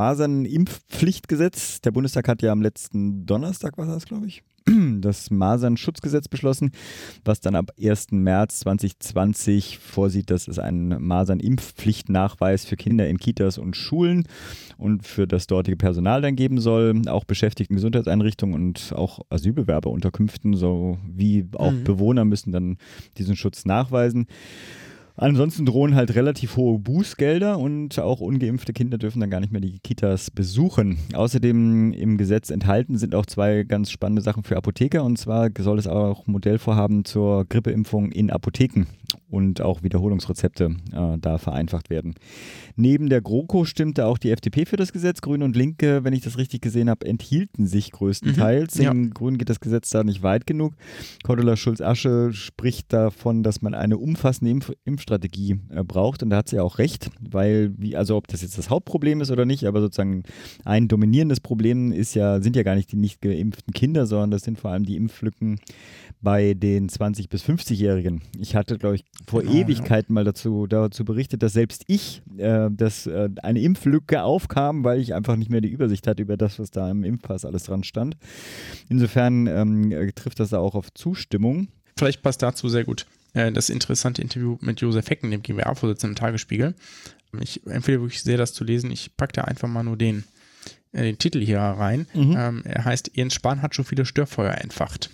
Masernimpfpflichtgesetz. Der Bundestag hat ja am letzten Donnerstag, war das, glaube ich, das Masernschutzgesetz beschlossen, was dann ab 1. März 2020 vorsieht, dass es einen Masernimpfpflichtnachweis für Kinder in Kitas und Schulen und für das dortige Personal dann geben soll, auch Beschäftigten in Gesundheitseinrichtungen und auch Asylbewerberunterkünften sowie auch Bewohner müssen dann diesen Schutz nachweisen. Ansonsten drohen halt relativ hohe Bußgelder und auch ungeimpfte Kinder dürfen dann gar nicht mehr die Kitas besuchen. Außerdem im Gesetz enthalten sind auch 2 ganz spannende Sachen für Apotheker und zwar soll es auch Modellvorhaben zur Grippeimpfung in Apotheken und auch Wiederholungsrezepte da vereinfacht werden. Neben der GroKo stimmte auch die FDP für das Gesetz. Grüne und Linke, wenn ich das richtig gesehen habe, enthielten sich größtenteils. Den Grünen geht das Gesetz da nicht weit genug. Cordula Schulz-Asche spricht davon, dass man eine umfassende Impfstrategie braucht und da hat sie auch recht, weil, also ob das jetzt das Hauptproblem ist oder nicht, aber sozusagen ein dominierendes Problem sind ja gar nicht die nicht geimpften Kinder, sondern das sind vor allem die Impflücken bei den 20- bis 50-Jährigen. Ich hatte, glaube ich, vor Ewigkeiten mal dazu berichtet, dass selbst ich, dass eine Impflücke aufkam, weil ich einfach nicht mehr die Übersicht hatte über das, was da im Impfpass alles dran stand. Insofern trifft das da auch auf Zustimmung. Vielleicht passt dazu sehr gut das interessante Interview mit Josef Hecken, dem GWA-Vorsitzenden im Tagesspiegel. Ich empfehle wirklich sehr, das zu lesen. Ich packe da einfach mal nur den Titel hier rein. Er heißt, Jens Spahn hat schon viele Störfeuer entfacht.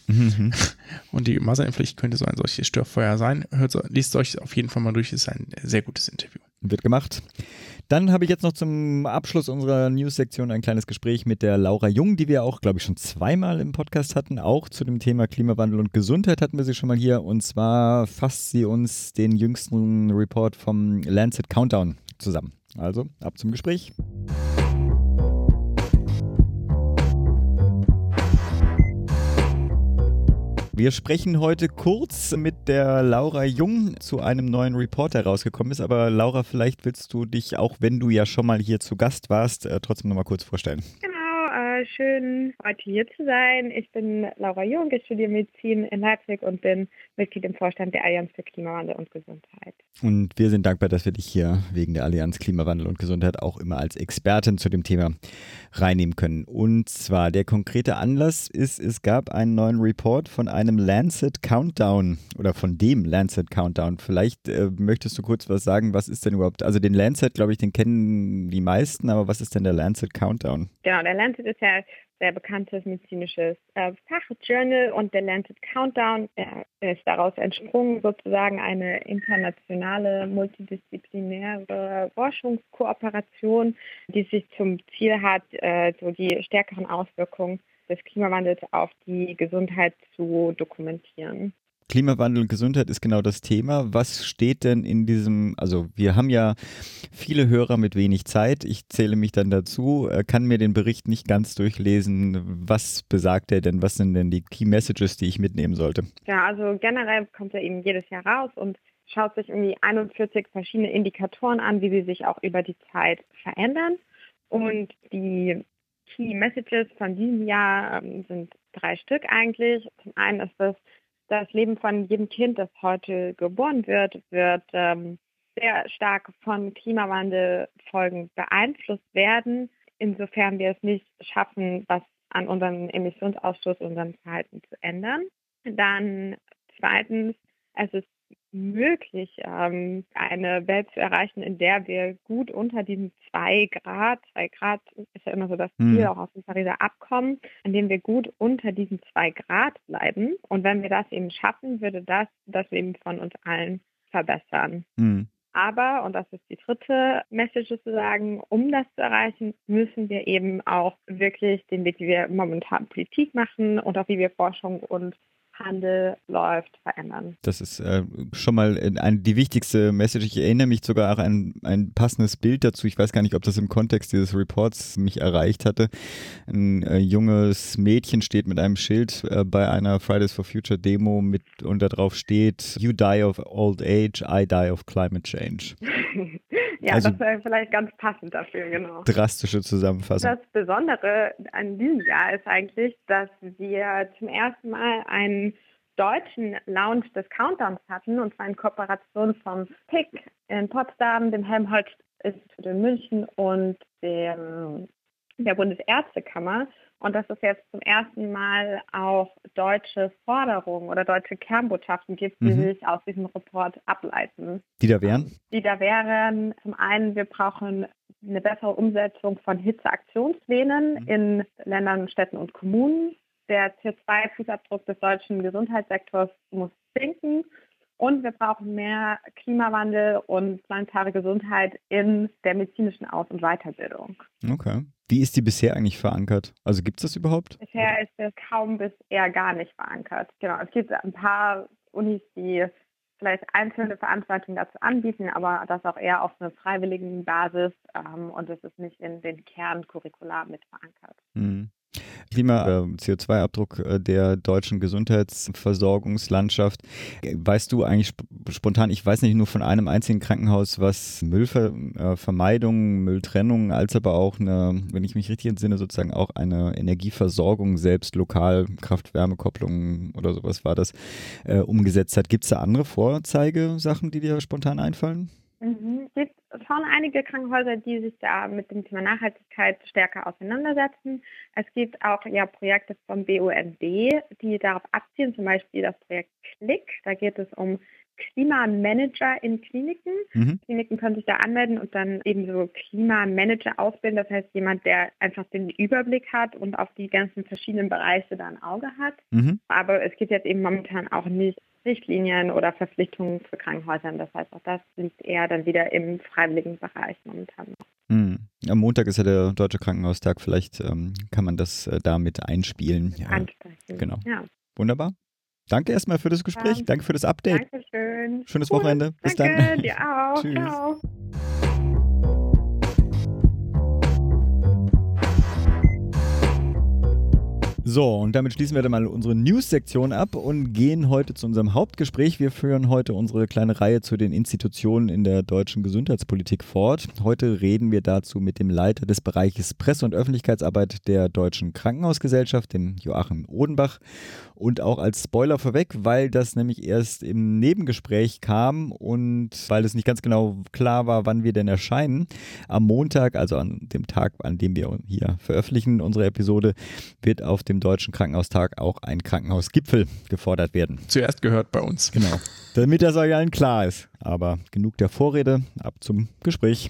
Und die Masernimpfpflicht könnte so ein solches Störfeuer sein. Liest euch auf jeden Fall mal durch, ist ein sehr gutes Interview. Wird gemacht. Dann habe ich jetzt noch zum Abschluss unserer News-Sektion ein kleines Gespräch mit der Laura Jung, die wir auch, glaube ich, schon 2-mal im Podcast hatten. Auch zu dem Thema Klimawandel und Gesundheit hatten wir sie schon mal hier. Und zwar fasst sie uns den jüngsten Report vom Lancet Countdown zusammen. Also, ab zum Gespräch. Wir sprechen heute kurz mit der Laura Jung zu einem neuen Report, der rausgekommen ist. Aber Laura, vielleicht willst du dich, auch wenn du ja schon mal hier zu Gast warst, trotzdem nochmal kurz vorstellen. Genau, schön heute hier zu sein. Ich bin Laura Jung, ich studiere Medizin in Leipzig und bin Mitglied im Vorstand der Allianz für Klimawandel und Gesundheit. Und wir sind dankbar, dass wir dich hier wegen der Allianz Klimawandel und Gesundheit auch immer als Expertin zu dem Thema reinnehmen können. Und zwar der konkrete Anlass ist, es gab einen neuen Report von einem Lancet Countdown oder von dem Lancet Countdown. Vielleicht möchtest du kurz was sagen, was ist denn überhaupt, also den Lancet, glaube ich, den kennen die meisten, aber was ist denn der Lancet Countdown? Genau, der Lancet ist ja sehr bekanntes medizinisches Fachjournal und der Lancet Countdown ist daraus entsprungen, sozusagen eine internationale, multidisziplinäre Forschungskooperation, die sich zum Ziel hat, so die stärkeren Auswirkungen des Klimawandels auf die Gesundheit zu dokumentieren. Klimawandel und Gesundheit ist genau das Thema. Was steht denn in diesem, also wir haben ja viele Hörer mit wenig Zeit, ich zähle mich dann dazu, kann mir den Bericht nicht ganz durchlesen. Was besagt er denn? Was sind denn die Key Messages, die ich mitnehmen sollte? Ja, also generell kommt er eben jedes Jahr raus und schaut sich irgendwie 41 verschiedene Indikatoren an, wie sie sich auch über die Zeit verändern. Und die Key Messages von diesem Jahr sind 3 Stück eigentlich. Zum einen ist das Leben von jedem Kind, das heute geboren wird sehr stark von Klimawandelfolgen beeinflusst werden, insofern wir es nicht schaffen, was an unserem Emissionsausstoß, unserem Verhalten zu ändern. Dann zweitens, es ist möglich, eine Welt zu erreichen, in der wir gut unter diesen 2 Grad ist ja immer so das Ziel, auch aus dem Pariser Abkommen, in dem wir gut unter diesen 2 Grad bleiben. Und wenn wir das eben schaffen, würde das Leben von uns allen verbessern. Aber, und das ist die dritte Message sozusagen, um das zu erreichen, müssen wir eben auch wirklich den Weg, wie wir momentan Politik machen und auch wie wir Forschung und Handel läuft, verändern. Das ist schon mal die wichtigste Message. Ich erinnere mich sogar auch an ein passendes Bild dazu. Ich weiß gar nicht, ob das im Kontext dieses Reports mich erreicht hatte. Ein junges Mädchen steht mit einem Schild bei einer Fridays for Future Demo und da drauf steht: You die of old age, I die of climate change. Ja, also, das wäre vielleicht ganz passend dafür, genau. Drastische Zusammenfassung. Das Besondere an diesem Jahr ist eigentlich, dass wir zum ersten Mal einen deutschen Launch des Countdowns hatten, und zwar in Kooperation vom PIC in Potsdam, dem Helmholtz-Institut in München und der Bundesärztekammer. Und dass es jetzt zum ersten Mal auch deutsche Forderungen oder deutsche Kernbotschaften gibt, die sich aus diesem Report ableiten. Die da wären? Die da wären, zum einen, wir brauchen eine bessere Umsetzung von Hitzeaktionsplänen in Ländern, Städten und Kommunen. Der CO2-Fußabdruck des deutschen Gesundheitssektors muss sinken. Und wir brauchen mehr Klimawandel und planetare Gesundheit in der medizinischen Aus- und Weiterbildung. Okay. Wie ist die bisher eigentlich verankert? Also gibt es das überhaupt? Bisher ist es kaum bis eher gar nicht verankert. Genau, es gibt ein paar Unis, die vielleicht einzelne Veranstaltungen dazu anbieten, aber das auch eher auf einer freiwilligen Basis und es ist nicht in den Kerncurricula mit verankert. CO2-Abdruck der deutschen Gesundheitsversorgungslandschaft. Weißt du eigentlich spontan, ich weiß nicht nur von einem einzigen Krankenhaus, was Müllvermeidung, Mülltrennung, als aber auch wenn ich mich richtig entsinne, sozusagen auch eine Energieversorgung selbst lokal, Kraft-Wärme-Kopplung oder sowas war das, umgesetzt hat. Gibt es da andere Vorzeigesachen, die dir spontan einfallen? Es gibt schon einige Krankenhäuser, die sich da mit dem Thema Nachhaltigkeit stärker auseinandersetzen. Es gibt auch Projekte vom BUND, die darauf abzielen, zum Beispiel das Projekt Klick. Da geht es um Klimamanager in Kliniken. Kliniken können sich da anmelden und dann eben so Klimamanager ausbilden. Das heißt, jemand, der einfach den Überblick hat und auf die ganzen verschiedenen Bereiche da ein Auge hat. Aber es gibt jetzt eben momentan auch nicht Richtlinien oder Verpflichtungen für Krankenhäuser. Das heißt, auch das liegt eher dann wieder im freiwilligen Bereich momentan noch. Am Montag ist ja der Deutsche Krankenhaustag. Vielleicht kann man das damit einspielen. Ja, ansprechen. Genau. Ja. Wunderbar. Danke erstmal für das Gespräch. Danke für das Update. Dankeschön. Schönes Wochenende. Bis Danke, dann. Dir auch. Tschüss. Ciao. So, und damit schließen wir dann mal unsere News-Sektion ab und gehen heute zu unserem Hauptgespräch. Wir führen heute unsere kleine Reihe zu den Institutionen in der deutschen Gesundheitspolitik fort. Heute reden wir dazu mit dem Leiter des Bereiches Presse- und Öffentlichkeitsarbeit der Deutschen Krankenhausgesellschaft, dem Joachim Odenbach. Und auch als Spoiler vorweg, weil das nämlich erst im Nebengespräch kam und weil es nicht ganz genau klar war, wann wir denn erscheinen. Am Montag, also an dem Tag, an dem wir hier veröffentlichen, unsere Episode, wird auf dem Deutschen Krankenhaustag auch ein Krankenhausgipfel gefordert werden. Zuerst gehört bei uns. Genau, damit das euch allen klar ist. Aber genug der Vorrede, ab zum Gespräch.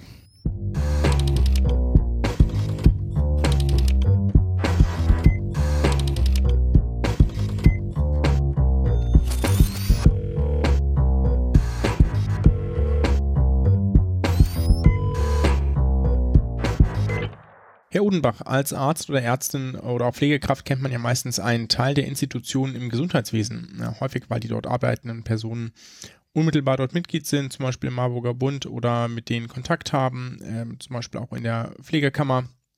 Herr Odenbach, als Arzt oder Ärztin oder auch Pflegekraft kennt man ja meistens einen Teil der Institutionen im Gesundheitswesen. Ja, häufig, weil die dort arbeitenden Personen unmittelbar dort Mitglied sind, zum Beispiel im Marburger Bund oder mit denen Kontakt haben, zum Beispiel auch in der Pflegekammer.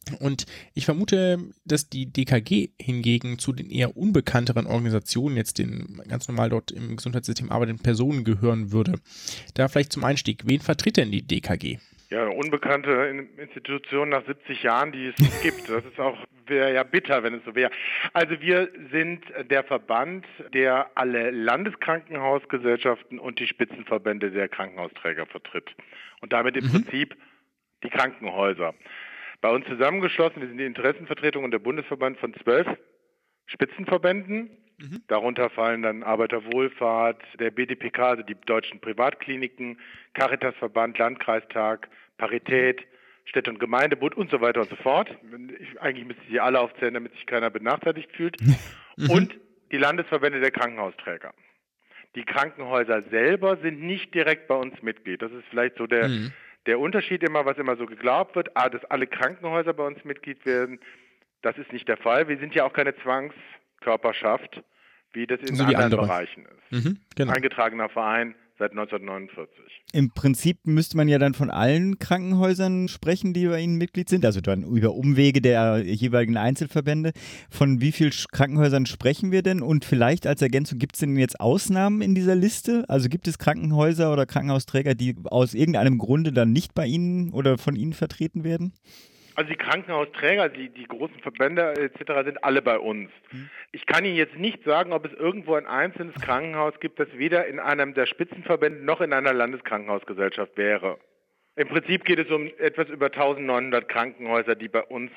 Und ich vermute, dass die DKG hingegen zu den eher unbekannteren Organisationen, jetzt den ganz normal dort im Gesundheitssystem arbeitenden Personen gehören würde. Da vielleicht zum Einstieg, wen vertritt denn die DKG? Ja, eine unbekannte Institution nach 70 Jahren, die es gibt. Das ist auch, wäre ja bitter, wenn es so wäre. Also wir sind der Verband, der alle Landeskrankenhausgesellschaften und die Spitzenverbände der Krankenhausträger vertritt. Und damit im Prinzip die Krankenhäuser. Bei uns zusammengeschlossen, wir sind die Interessenvertretung und der Bundesverband von 12 Spitzenverbänden. Darunter fallen dann Arbeiterwohlfahrt, der BDPK, also die deutschen Privatkliniken, Caritasverband, Landkreistag, Parität, Städte- und Gemeindebund und so weiter und so fort. Eigentlich müsste ich sie alle aufzählen, damit sich keiner benachteiligt fühlt. Und die Landesverbände der Krankenhausträger. Die Krankenhäuser selber sind nicht direkt bei uns Mitglied. Das ist vielleicht so der Unterschied immer, was immer so geglaubt wird, dass alle Krankenhäuser bei uns Mitglied werden. Das ist nicht der Fall. Wir sind ja auch keine Zwangskörperschaft, wie das in So wie anderen andere Bereichen ist. Genau. Eingetragener Verein seit 1949. Im Prinzip müsste man ja dann von allen Krankenhäusern sprechen, die bei Ihnen Mitglied sind, also dann über Umwege der jeweiligen Einzelverbände. Von wie vielen Krankenhäusern sprechen wir denn? Und vielleicht als Ergänzung, gibt es denn jetzt Ausnahmen in dieser Liste? Also gibt es Krankenhäuser oder Krankenhausträger, die aus irgendeinem Grunde dann nicht bei Ihnen oder von Ihnen vertreten werden? Also die Krankenhausträger, die großen Verbände etc. sind alle bei uns. Ich kann Ihnen jetzt nicht sagen, ob es irgendwo ein einzelnes Krankenhaus gibt, das weder in einem der Spitzenverbände noch in einer Landeskrankenhausgesellschaft wäre. Im Prinzip geht es um etwas über 1900 Krankenhäuser, die bei uns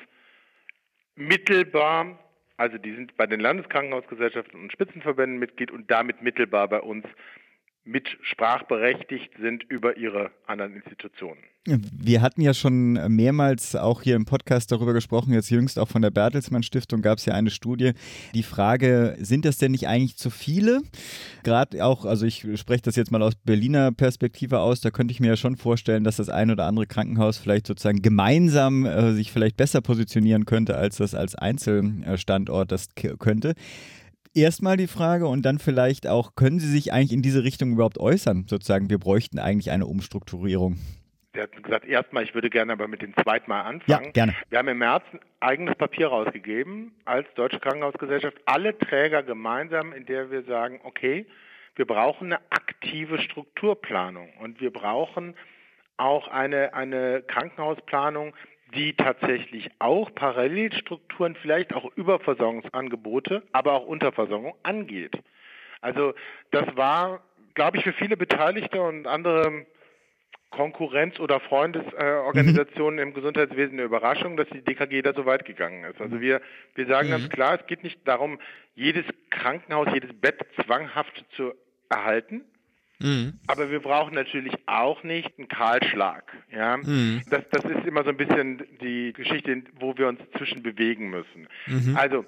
mittelbar, also die sind bei den Landeskrankenhausgesellschaften und Spitzenverbänden Mitglied und damit mittelbar bei uns mitsprachberechtigt sind über ihre anderen Institutionen. Wir hatten ja schon mehrmals auch hier im Podcast darüber gesprochen, jetzt jüngst auch von der Bertelsmann Stiftung gab es ja eine Studie. Die Frage, sind das denn nicht eigentlich zu viele? Gerade auch, also ich spreche das jetzt mal aus Berliner Perspektive aus, da könnte ich mir ja schon vorstellen, dass das ein oder andere Krankenhaus vielleicht sozusagen gemeinsam sich vielleicht besser positionieren könnte, als das als Einzelstandort das könnte. Erstmal die Frage und dann vielleicht auch, können Sie sich eigentlich in diese Richtung überhaupt äußern? Sozusagen, wir bräuchten eigentlich eine Umstrukturierung. Sie hatten gesagt, erstmal, ich würde gerne aber mit dem zweiten Mal anfangen. Ja, gerne. Wir haben im März ein eigenes Papier rausgegeben als Deutsche Krankenhausgesellschaft, alle Träger gemeinsam, in der wir sagen, okay, wir brauchen eine aktive Strukturplanung und wir brauchen auch eine Krankenhausplanung, die tatsächlich auch Parallelstrukturen, vielleicht auch Überversorgungsangebote, aber auch Unterversorgung angeht. Also das war, glaube ich, für viele Beteiligte und andere Konkurrenz- oder Freundesorganisationen im Gesundheitswesen eine Überraschung, dass die DKG da so weit gegangen ist. Also wir sagen ganz klar, es geht nicht darum, jedes Krankenhaus, jedes Bett zwanghaft zu erhalten, aber wir brauchen natürlich auch nicht einen Kahlschlag. Ja? Das ist immer so ein bisschen die Geschichte, wo wir uns zwischen bewegen müssen. Also,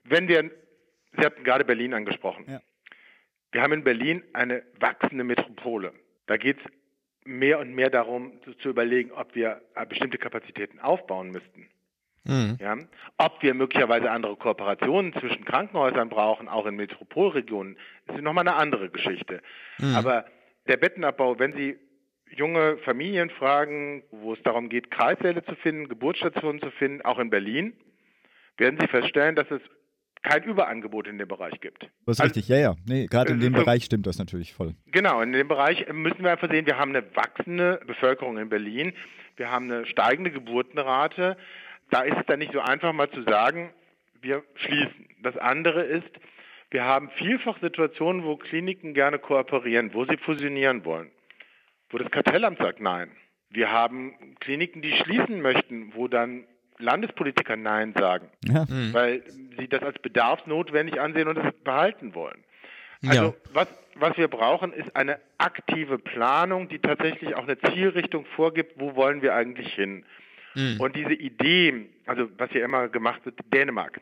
Sie hatten gerade Berlin angesprochen. Ja. Wir haben in Berlin eine wachsende Metropole. Da geht es mehr und mehr darum, zu überlegen, ob wir bestimmte Kapazitäten aufbauen müssten. Ja? Ob wir möglicherweise andere Kooperationen zwischen Krankenhäusern brauchen, auch in Metropolregionen, ist nochmal eine andere Geschichte. Aber der Bettenabbau, wenn Sie junge Familien fragen, wo es darum geht, Kreissäle zu finden, Geburtsstationen zu finden, auch in Berlin, werden Sie feststellen, dass es kein Überangebot in dem Bereich gibt. Das ist richtig, ja. Nee, gerade in dem Bereich stimmt das natürlich voll. Genau, in dem Bereich müssen wir einfach sehen, wir haben eine wachsende Bevölkerung in Berlin, wir haben eine steigende Geburtenrate. Da ist es dann nicht so einfach mal zu sagen, wir schließen. Das andere ist, wir haben vielfach Situationen, wo Kliniken gerne kooperieren, wo sie fusionieren wollen, wo das Kartellamt sagt nein. Wir haben Kliniken, die schließen möchten, wo dann Landespolitiker Nein sagen, weil sie das als bedarfsnotwendig ansehen und es behalten wollen. Also was wir brauchen, ist eine aktive Planung, die tatsächlich auch eine Zielrichtung vorgibt, wo wollen wir eigentlich hin. Und diese Idee, also was hier immer gemacht wird, Dänemark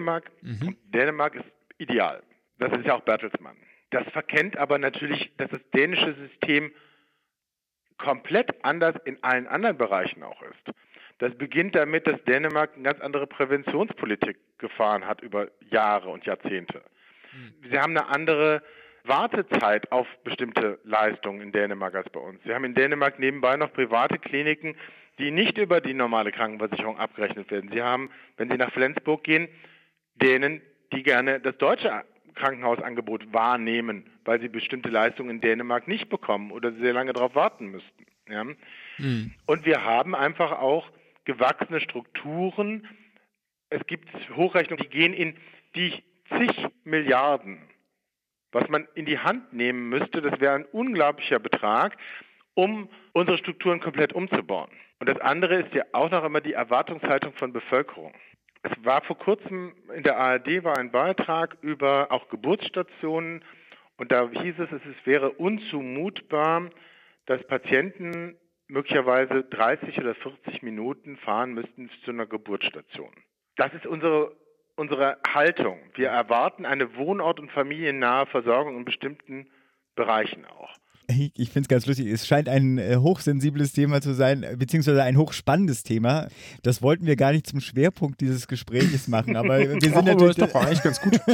ist ideal. Das ist ja auch Bertelsmann. Das verkennt aber natürlich, dass das dänische System komplett anders in allen anderen Bereichen auch ist. Das beginnt damit, dass Dänemark eine ganz andere Präventionspolitik gefahren hat über Jahre und Jahrzehnte. Sie haben eine andere Wartezeit auf bestimmte Leistungen in Dänemark als bei uns. Wir haben in Dänemark nebenbei noch private Kliniken, die nicht über die normale Krankenversicherung abgerechnet werden. Sie haben, wenn Sie nach Flensburg gehen, denen, die gerne das deutsche Krankenhausangebot wahrnehmen, weil sie bestimmte Leistungen in Dänemark nicht bekommen oder sehr lange darauf warten müssten. Ja? Und wir haben einfach auch gewachsene Strukturen. Es gibt Hochrechnungen, die gehen in die zig Milliarden, was man in die Hand nehmen müsste. Das wäre ein unglaublicher Betrag, um unsere Strukturen komplett umzubauen. Und das andere ist ja auch noch immer die Erwartungshaltung von Bevölkerung. Es war vor kurzem in der ARD war ein Beitrag über auch Geburtsstationen und da hieß es wäre unzumutbar, dass Patienten möglicherweise 30 oder 40 Minuten fahren müssten zu einer Geburtsstation. Das ist unsere Haltung. Wir erwarten eine wohnort- und familiennahe Versorgung in bestimmten Bereichen auch. Ich finde es ganz lustig. Es scheint ein hochsensibles Thema zu sein, beziehungsweise ein hochspannendes Thema. Das wollten wir gar nicht zum Schwerpunkt dieses Gesprächs machen, aber wir sind natürlich... Das ist doch eigentlich ganz gut.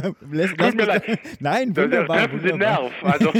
Nein, wunderbar. Den Nerv. Also.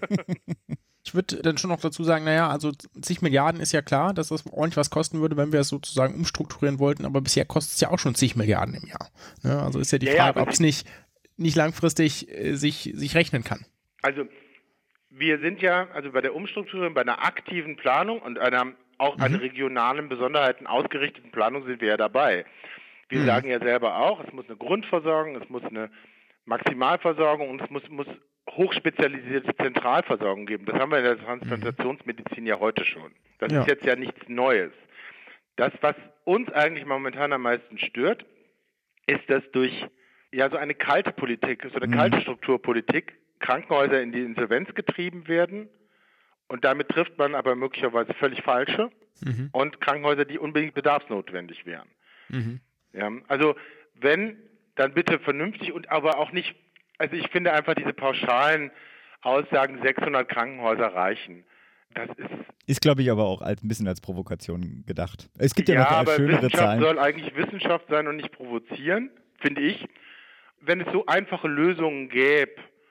Ich würde dann schon noch dazu sagen, naja, also zig Milliarden ist ja klar, dass das ordentlich was kosten würde, wenn wir es sozusagen umstrukturieren wollten, aber bisher kostet es ja auch schon zig Milliarden im Jahr. Ja, also ist ja die Frage, ob es nicht langfristig sich rechnen kann. Also wir sind ja, also bei der Umstrukturierung, bei einer aktiven Planung und einer auch an regionalen Besonderheiten ausgerichteten Planung sind wir ja dabei. Wir sagen ja selber auch, es muss eine Grundversorgung, es muss eine Maximalversorgung und es muss hochspezialisierte Zentralversorgung geben. Das haben wir in der Transplantationsmedizin ja heute schon. Das ist jetzt ja nichts Neues. Das, was uns eigentlich momentan am meisten stört, ist, dass durch so eine kalte Politik, so eine kalte Strukturpolitik, Krankenhäuser in die Insolvenz getrieben werden und damit trifft man aber möglicherweise völlig falsche und Krankenhäuser, die unbedingt bedarfsnotwendig wären. Ja, also wenn, dann bitte vernünftig und aber auch nicht, also ich finde einfach diese pauschalen Aussagen, 600 Krankenhäuser reichen. Das ist glaube ich, aber auch ein bisschen als Provokation gedacht. Es gibt ja noch aber schönere Wissenschaft Zahlen. Soll eigentlich Wissenschaft sein und nicht provozieren, finde ich. Wenn es so einfache Lösungen gäbe,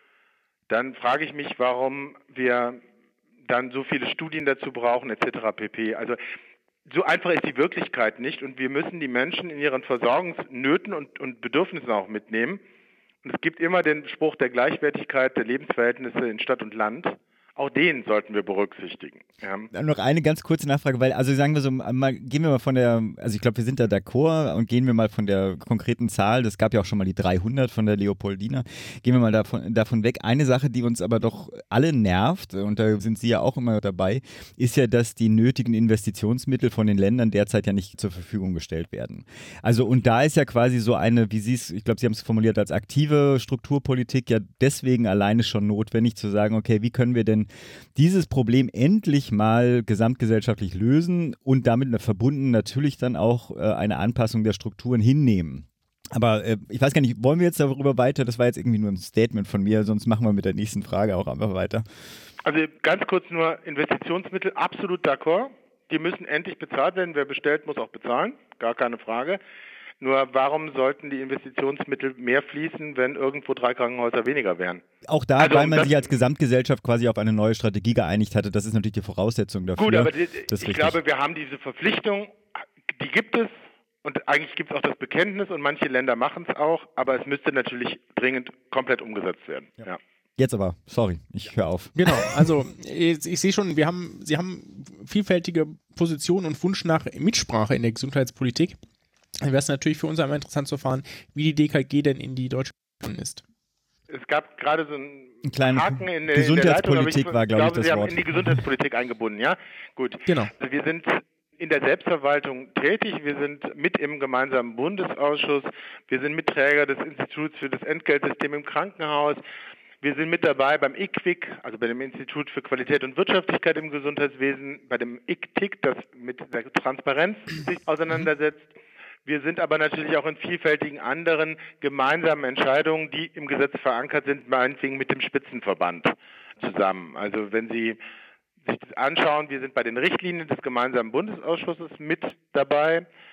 dann frage ich mich, warum wir dann so viele Studien dazu brauchen, etc. pp. Also so einfach ist die Wirklichkeit nicht und wir müssen die Menschen in ihren Versorgungsnöten und Bedürfnissen auch mitnehmen. Und es gibt immer den Spruch der Gleichwertigkeit der Lebensverhältnisse in Stadt und Land. Auch den sollten wir berücksichtigen. Ja. Noch eine ganz kurze Nachfrage, weil, also sagen wir so, gehen wir mal von der, also ich glaube, wir sind da d'accord und gehen wir mal von der konkreten Zahl, das gab ja auch schon mal die 300 von der Leopoldina, gehen wir mal davon weg. Eine Sache, die uns aber doch alle nervt, und da sind Sie ja auch immer dabei, ist ja, dass die nötigen Investitionsmittel von den Ländern derzeit ja nicht zur Verfügung gestellt werden. Also, und da ist ja quasi so eine, wie Sie es, ich glaube, Sie haben es formuliert als aktive Strukturpolitik, ja deswegen alleine schon notwendig zu sagen, okay, wie können wir denn dieses Problem endlich mal gesamtgesellschaftlich lösen und damit verbunden natürlich dann auch eine Anpassung der Strukturen hinnehmen. Aber ich weiß gar nicht, wollen wir jetzt darüber weiter? Das war jetzt irgendwie nur ein Statement von mir, sonst machen wir mit der nächsten Frage auch einfach weiter. Also ganz kurz nur Investitionsmittel, absolut d'accord. Die müssen endlich bezahlt werden. Wer bestellt, muss auch bezahlen, gar keine Frage. Nur warum sollten die Investitionsmittel mehr fließen, wenn irgendwo 3 Krankenhäuser weniger wären? Auch da, also, weil man sich als Gesamtgesellschaft quasi auf eine neue Strategie geeinigt hatte, das ist natürlich die Voraussetzung dafür. Gut, aber ich glaube, wir haben diese Verpflichtung, die gibt es und eigentlich gibt es auch das Bekenntnis und manche Länder machen es auch, aber es müsste natürlich dringend komplett umgesetzt werden. Ja. Jetzt aber, sorry, ich höre auf. Genau, also ich sehe schon, Sie haben vielfältige Positionen und Wunsch nach Mitsprache in der Gesundheitspolitik. Dann wäre es natürlich für uns einmal interessant zu erfahren, wie die DKG denn in die deutsche ist. Es gab gerade so einen kleinen Haken in der Gesundheitspolitik Leitung, war, glaube ich, das Sie Wort. haben in die Gesundheitspolitik eingebunden, ja? Gut. Genau. Also wir sind in der Selbstverwaltung tätig, wir sind mit im gemeinsamen Bundesausschuss, wir sind Mitträger des Instituts für das Entgeltsystem im Krankenhaus, wir sind mit dabei beim IQWIC, also bei dem Institut für Qualität und Wirtschaftlichkeit im Gesundheitswesen, bei dem ICTIC, das mit der Transparenz sich auseinandersetzt. Wir sind aber natürlich auch in vielfältigen anderen gemeinsamen Entscheidungen, die im Gesetz verankert sind, meinetwegen mit dem Spitzenverband zusammen. Also wenn Sie sich das anschauen, wir sind bei den Richtlinien des gemeinsamen Bundesausschusses mit dabei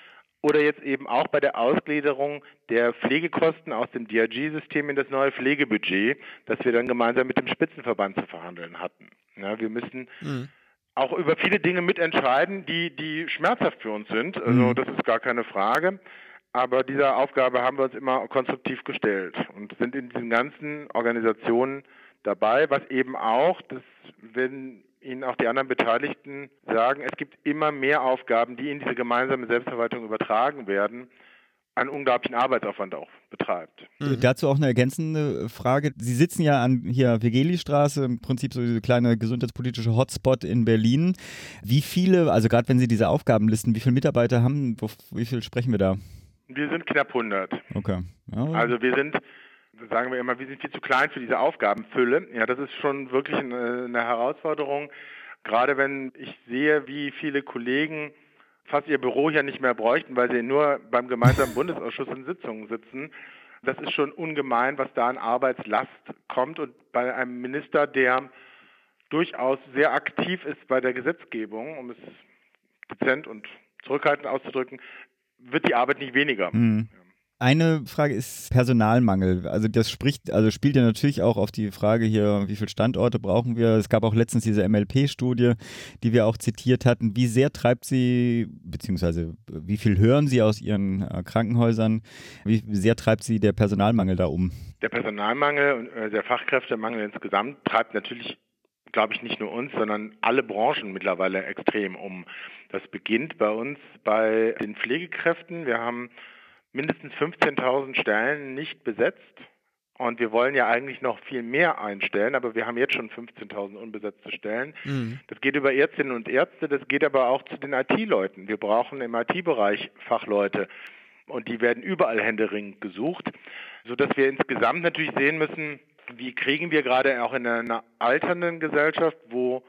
Oder jetzt eben auch bei der Ausgliederung der Pflegekosten aus dem DRG-System in das neue Pflegebudget, das wir dann gemeinsam mit dem Spitzenverband zu verhandeln hatten. Ja, wir müssen auch über viele Dinge mitentscheiden, die schmerzhaft für uns sind. Also das ist gar keine Frage. Aber dieser Aufgabe haben wir uns immer konstruktiv gestellt und sind in diesen ganzen Organisationen dabei, was eben auch, das werden Ihnen auch die anderen Beteiligten sagen, es gibt immer mehr Aufgaben, die in diese gemeinsame Selbstverwaltung übertragen werden, einen unglaublichen Arbeitsaufwand auch betreibt. Dazu auch eine ergänzende Frage. Sie sitzen ja an hier Vigeli-Straße, im Prinzip so diese kleine gesundheitspolitische Hotspot in Berlin. Wie viele, also gerade wenn Sie diese Aufgabenlisten, wie viele Mitarbeiter haben, wie viel sprechen wir da? Wir sind knapp 100. Okay. Ja. Also wir sind, sagen wir immer, wir sind viel zu klein für diese Aufgabenfülle. Ja, das ist schon wirklich eine Herausforderung. Gerade wenn ich sehe, wie viele Kollegen fast ihr Büro hier nicht mehr bräuchten, weil sie nur beim gemeinsamen Bundesausschuss in Sitzungen sitzen. Das ist schon ungemein, was da an Arbeitslast kommt. Und bei einem Minister, der durchaus sehr aktiv ist bei der Gesetzgebung, um es dezent und zurückhaltend auszudrücken, wird die Arbeit nicht weniger. Eine Frage ist Personalmangel. Also das spielt ja natürlich auch auf die Frage hier, wie viele Standorte brauchen wir. Es gab auch letztens diese MLP-Studie, die wir auch zitiert hatten. Wie sehr treibt Sie, beziehungsweise wie viel hören Sie aus Ihren Krankenhäusern, wie sehr treibt Sie der Personalmangel da um? Der Personalmangel und der Fachkräftemangel insgesamt treibt natürlich, glaube ich, nicht nur uns, sondern alle Branchen mittlerweile extrem um. Das beginnt bei uns bei den Pflegekräften. Wir haben mindestens 15.000 Stellen nicht besetzt und wir wollen ja eigentlich noch viel mehr einstellen, aber wir haben jetzt schon 15.000 unbesetzte Stellen. Das geht über Ärztinnen und Ärzte, das geht aber auch zu den IT-Leuten. Wir brauchen im IT-Bereich Fachleute und die werden überall händeringend gesucht, sodass wir insgesamt natürlich sehen müssen, wie kriegen wir gerade auch in einer alternden Gesellschaft, wo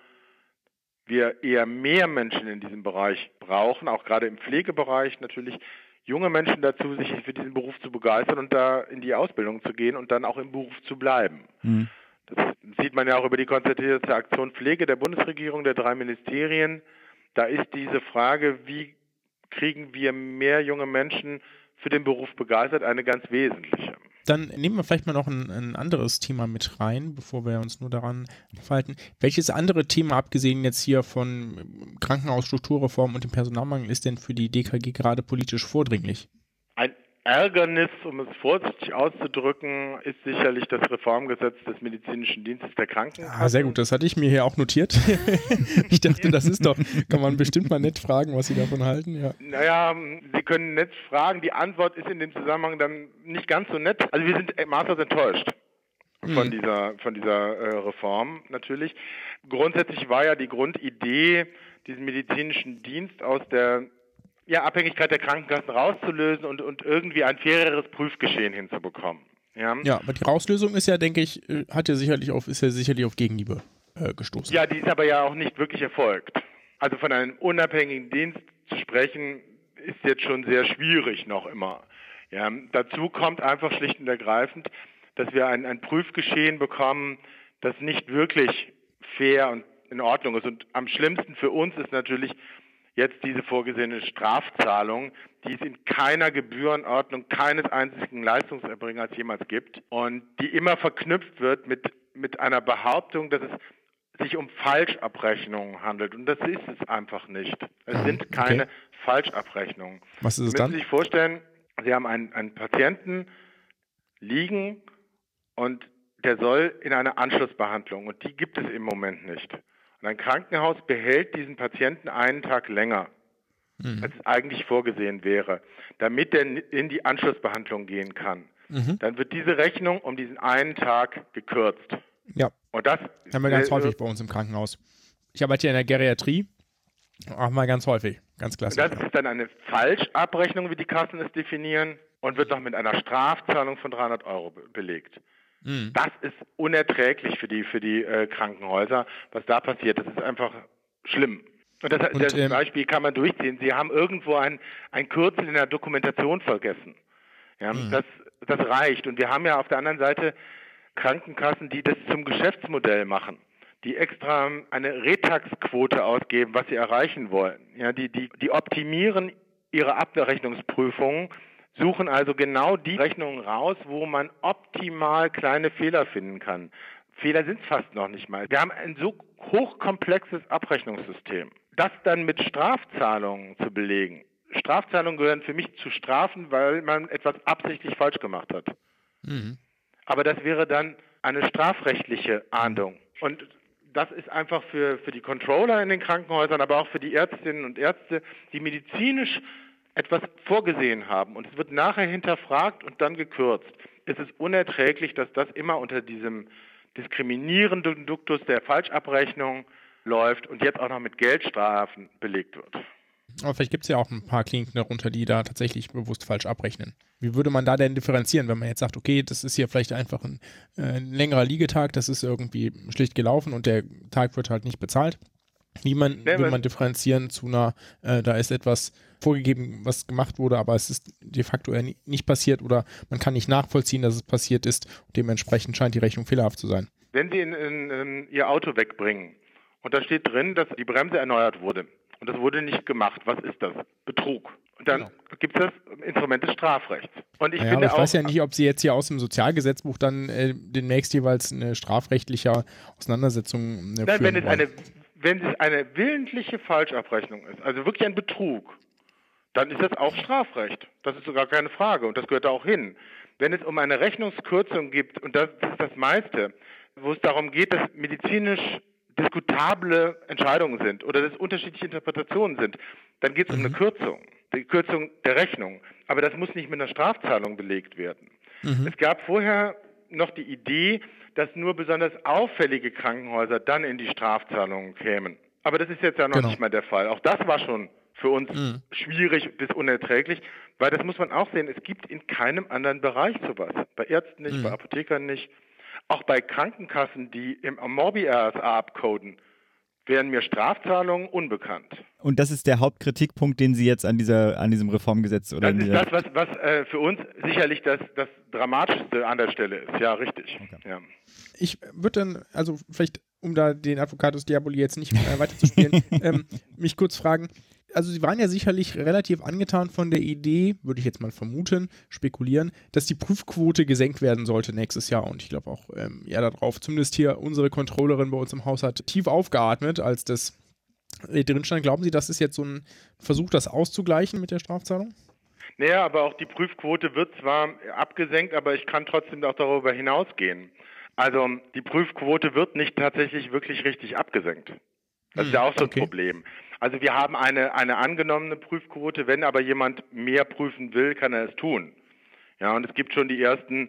wir eher mehr Menschen in diesem Bereich brauchen, auch gerade im Pflegebereich natürlich, junge Menschen dazu, sich für diesen Beruf zu begeistern und da in die Ausbildung zu gehen und dann auch im Beruf zu bleiben. Das sieht man ja auch über die konzertierte Aktion Pflege der Bundesregierung, der 3 Ministerien. Da ist diese Frage, wie kriegen wir mehr junge Menschen für den Beruf begeistert, eine ganz wesentliche. Dann nehmen wir vielleicht mal noch ein anderes Thema mit rein, bevor wir uns nur daran aufhalten. Welches andere Thema, abgesehen jetzt hier von Krankenhausstrukturreform und dem Personalmangel, ist denn für die DKG gerade politisch vordringlich? Ein Ärgernis, um es vorsichtig auszudrücken, ist sicherlich das Reformgesetz des medizinischen Dienstes der Krankenkassen. Ah, sehr gut, das hatte ich mir hier auch notiert. Ich dachte, das ist doch, kann man bestimmt mal nett fragen, was Sie davon halten. Ja. Naja, Sie können nett fragen, die Antwort ist in dem Zusammenhang dann nicht ganz so nett. Also wir sind maßlos enttäuscht von dieser Reform natürlich. Grundsätzlich war ja die Grundidee, diesen medizinischen Dienst aus der Abhängigkeit der Krankenkassen rauszulösen und irgendwie ein faireres Prüfgeschehen hinzubekommen. Ja, aber die Rauslösung ist ja, denke ich, ist ja sicherlich auf Gegenliebe gestoßen. Ja, die ist aber ja auch nicht wirklich erfolgt. Also von einem unabhängigen Dienst zu sprechen, ist jetzt schon sehr schwierig noch immer. Ja, dazu kommt einfach schlicht und ergreifend, dass wir ein Prüfgeschehen bekommen, das nicht wirklich fair und in Ordnung ist. Und am schlimmsten für uns ist natürlich jetzt diese vorgesehene Strafzahlung, die es in keiner Gebührenordnung keines einzigen Leistungserbringers jemals gibt und die immer verknüpft wird mit einer Behauptung, dass es sich um Falschabrechnungen handelt. Und das ist es einfach nicht. Es sind keine Falschabrechnungen. Was ist es dann? Sie müssen sich vorstellen, Sie haben einen Patienten liegen und der soll in eine Anschlussbehandlung und die gibt es im Moment nicht. Und ein Krankenhaus behält diesen Patienten einen Tag länger, als es eigentlich vorgesehen wäre, damit er in die Anschlussbehandlung gehen kann. Dann wird diese Rechnung um diesen einen Tag gekürzt. Ja, und das haben wir ganz häufig bei uns im Krankenhaus. Ich arbeite ja in der Geriatrie, auch mal ganz häufig, ganz klassisch. Das ist dann eine Falschabrechnung, wie die Kassen es definieren, und wird noch mit einer Strafzahlung von 300 € belegt. Das ist unerträglich für die Krankenhäuser, was da passiert. Das ist einfach schlimm. Und das Beispiel kann man durchziehen. Sie haben irgendwo ein Kürzel in der Dokumentation vergessen. Ja, das reicht. Und wir haben ja auf der anderen Seite Krankenkassen, die das zum Geschäftsmodell machen, die extra eine Retax-Quote ausgeben, was sie erreichen wollen. Ja, die optimieren ihre Abrechnungsprüfungen, suchen also genau die Rechnungen raus, wo man optimal kleine Fehler finden kann. Fehler sind es fast noch nicht mal. Wir haben ein so hochkomplexes Abrechnungssystem. Das dann mit Strafzahlungen zu belegen. Strafzahlungen gehören für mich zu Strafen, weil man etwas absichtlich falsch gemacht hat. Mhm. Aber das wäre dann eine strafrechtliche Ahndung. Und das ist einfach für die Controller in den Krankenhäusern, aber auch für die Ärztinnen und Ärzte, die medizinisch etwas vorgesehen haben. Und es wird nachher hinterfragt und dann gekürzt. Es ist unerträglich, dass das immer unter diesem diskriminierenden Duktus der Falschabrechnung läuft und jetzt auch noch mit Geldstrafen belegt wird. Aber vielleicht gibt es ja auch ein paar Kliniken darunter, die da tatsächlich bewusst falsch abrechnen. Wie würde man da denn differenzieren, wenn man jetzt sagt, okay, das ist hier vielleicht einfach ein längerer Liegetag, das ist irgendwie schlicht gelaufen und der Tag wird halt nicht bezahlt? Wie will man differenzieren zu einer, da ist etwas vorgegeben, was gemacht wurde, aber es ist de facto nicht passiert oder man kann nicht nachvollziehen, dass es passiert ist und dementsprechend scheint die Rechnung fehlerhaft zu sein? Wenn Sie in Ihr Auto wegbringen und da steht drin, dass die Bremse erneuert wurde und das wurde nicht gemacht, was ist das? Betrug. Und dann gibt es das Instrument des Strafrechts. Und ich weiß ja nicht, ob Sie jetzt hier aus dem Sozialgesetzbuch dann demnächst jeweils eine strafrechtliche Auseinandersetzung führen wollen. Wenn es eine willentliche Falschabrechnung ist, also wirklich ein Betrug, dann ist das auch Strafrecht. Das ist sogar keine Frage und das gehört da auch hin. Wenn es um eine Rechnungskürzung geht, und das ist das meiste, wo es darum geht, dass medizinisch diskutable Entscheidungen sind oder dass unterschiedliche Interpretationen sind, dann geht es um eine Kürzung, die Kürzung der Rechnung. Aber das muss nicht mit einer Strafzahlung belegt werden. Es gab vorher noch die Idee, dass nur besonders auffällige Krankenhäuser dann in die Strafzahlungen kämen. Aber das ist jetzt ja noch nicht mal der Fall. Auch das war schon für uns schwierig bis unerträglich, weil das muss man auch sehen, es gibt in keinem anderen Bereich sowas. Bei Ärzten nicht, bei Apothekern nicht. Auch bei Krankenkassen, die im Morbi-RSA abcoden, wären mir Strafzahlungen unbekannt. Und das ist der Hauptkritikpunkt, den Sie jetzt an diesem Reformgesetz oder das ist das, was für uns sicherlich das Dramatischste an der Stelle ist. Ja, richtig. Okay. Ja. Ich würde dann, also vielleicht, um da den Advocatus Diaboli jetzt nicht weiterzuspielen, mich kurz fragen, also Sie waren ja sicherlich relativ angetan von der Idee, würde ich jetzt mal vermuten, spekulieren, dass die Prüfquote gesenkt werden sollte nächstes Jahr. Und ich glaube auch, darauf, zumindest hier unsere Controllerin bei uns im Haus hat tief aufgeatmet, als das drin stand. Glauben Sie, das ist jetzt so ein Versuch, das auszugleichen mit der Strafzahlung? Naja, aber auch die Prüfquote wird zwar abgesenkt, aber ich kann trotzdem auch darüber hinausgehen. Also die Prüfquote wird nicht tatsächlich wirklich richtig abgesenkt. Das ist ja auch so ein Problem. Also wir haben eine angenommene Prüfquote, wenn aber jemand mehr prüfen will, kann er es tun. Ja, und es gibt schon die ersten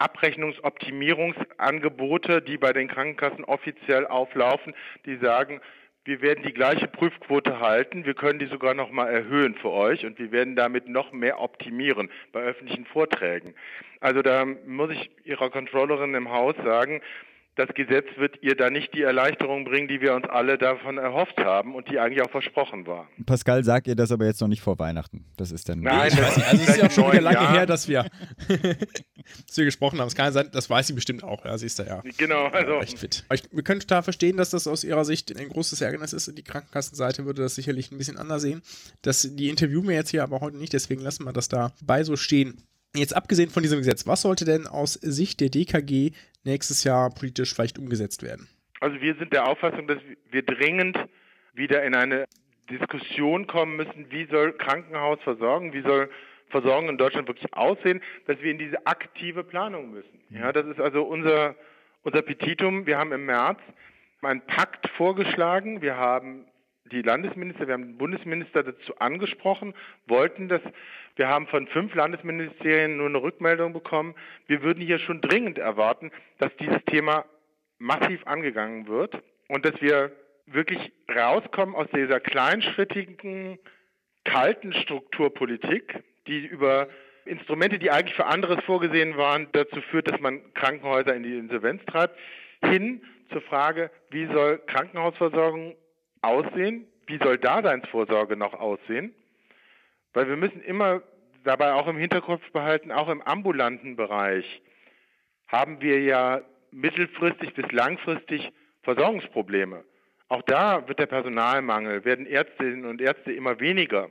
Abrechnungsoptimierungsangebote, die bei den Krankenkassen offiziell auflaufen, die sagen, wir werden die gleiche Prüfquote halten, wir können die sogar noch mal erhöhen für euch und wir werden damit noch mehr optimieren bei öffentlichen Vorträgen. Also da muss ich Ihrer Controllerin im Haus sagen, das Gesetz wird ihr da nicht die Erleichterung bringen, die wir uns alle davon erhofft haben und die eigentlich auch versprochen war. Pascal sagt ihr das aber jetzt noch nicht vor Weihnachten. Das ist dann... Nein, ich weiß nicht. Also es ist ja auch schon wieder lange her, dass wir gesprochen haben. Es kann sein, das weiß sie bestimmt auch. Ja, sie ist da ja genau, also recht fit. Wir können total verstehen, dass das aus ihrer Sicht ein großes Ärgernis ist. Die Krankenkassenseite würde das sicherlich ein bisschen anders sehen. Die interviewen wir jetzt hier aber heute nicht, deswegen lassen wir das dabei so stehen. Jetzt abgesehen von diesem Gesetz, was sollte denn aus Sicht der DKG nächstes Jahr politisch vielleicht umgesetzt werden? Also wir sind der Auffassung, dass wir dringend wieder in eine Diskussion kommen müssen, wie soll Krankenhausversorgung, wie soll Versorgung in Deutschland wirklich aussehen, dass wir in diese aktive Planung müssen. Ja, das ist also unser Petitum. Wir haben im März einen Pakt vorgeschlagen. Wir haben die Landesminister, wir haben den Bundesminister dazu angesprochen, wir haben von 5 Landesministerien nur eine Rückmeldung bekommen. Wir würden hier schon dringend erwarten, dass dieses Thema massiv angegangen wird und dass wir wirklich rauskommen aus dieser kleinschrittigen, kalten Strukturpolitik, die über Instrumente, die eigentlich für anderes vorgesehen waren, dazu führt, dass man Krankenhäuser in die Insolvenz treibt, hin zur Frage, wie soll Krankenhausversorgung aussehen? Wie soll Daseinsvorsorge noch aussehen? Weil wir müssen immer dabei auch im Hinterkopf behalten, auch im ambulanten Bereich haben wir ja mittelfristig bis langfristig Versorgungsprobleme. Auch da wird der Personalmangel, werden Ärztinnen und Ärzte immer weniger.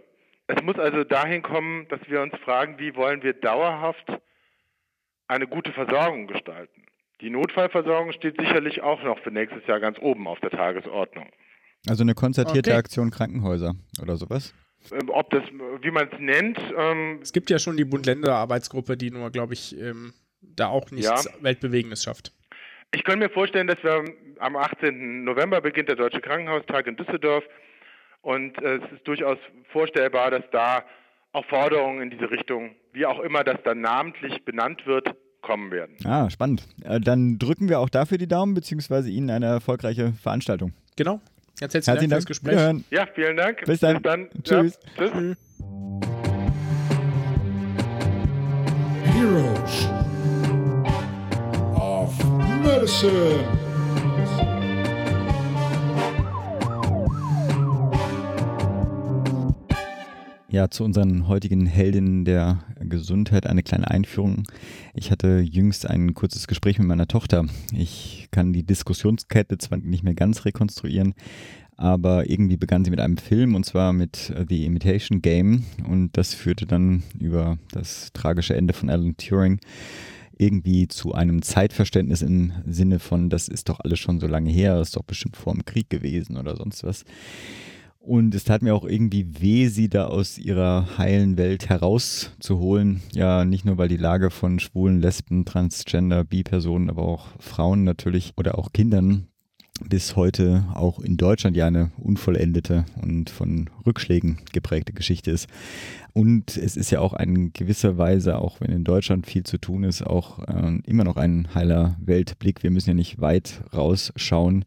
Es muss also dahin kommen, dass wir uns fragen, wie wollen wir dauerhaft eine gute Versorgung gestalten. Die Notfallversorgung steht sicherlich auch noch für nächstes Jahr ganz oben auf der Tagesordnung. Also eine konzertierte Aktion Krankenhäuser oder sowas? Ob das, wie man es nennt. Es gibt ja schon die Bund-Länder-Arbeitsgruppe, die nur, glaube ich, da auch nichts Weltbewegendes schafft. Ich kann mir vorstellen, dass wir am 18. November beginnt der Deutsche Krankenhaustag in Düsseldorf und es ist durchaus vorstellbar, dass da auch Forderungen in diese Richtung, wie auch immer das dann namentlich benannt wird, kommen werden. Ah, spannend. Dann drücken wir auch dafür die Daumen, beziehungsweise Ihnen eine erfolgreiche Veranstaltung. Genau. Ganz herzlichen Dank fürs Gespräch. Wiederhören. Ja, vielen Dank. Bis dann. Tschüss. Ja, tschüss. Heroes of Medicine. Ja, zu unseren heutigen Heldinnen der Gesundheit eine kleine Einführung. Ich hatte jüngst ein kurzes Gespräch mit meiner Tochter. Ich kann die Diskussionskette zwar nicht mehr ganz rekonstruieren, aber irgendwie begann sie mit einem Film, und zwar mit The Imitation Game, und das führte dann über das tragische Ende von Alan Turing irgendwie zu einem Zeitverständnis im Sinne von, das ist doch alles schon so lange her, das ist doch bestimmt vor dem Krieg gewesen oder sonst was. Und es tat mir auch irgendwie weh, sie da aus ihrer heilen Welt herauszuholen. Ja, nicht nur, weil die Lage von Schwulen, Lesben, Transgender, Bi-Personen, aber auch Frauen natürlich oder auch Kindern bis heute auch in Deutschland ja eine unvollendete und von Rückschlägen geprägte Geschichte ist. Und es ist ja auch in gewisser Weise, auch wenn in Deutschland viel zu tun ist, auch immer noch ein heiler Weltblick. Wir müssen ja nicht weit rausschauen,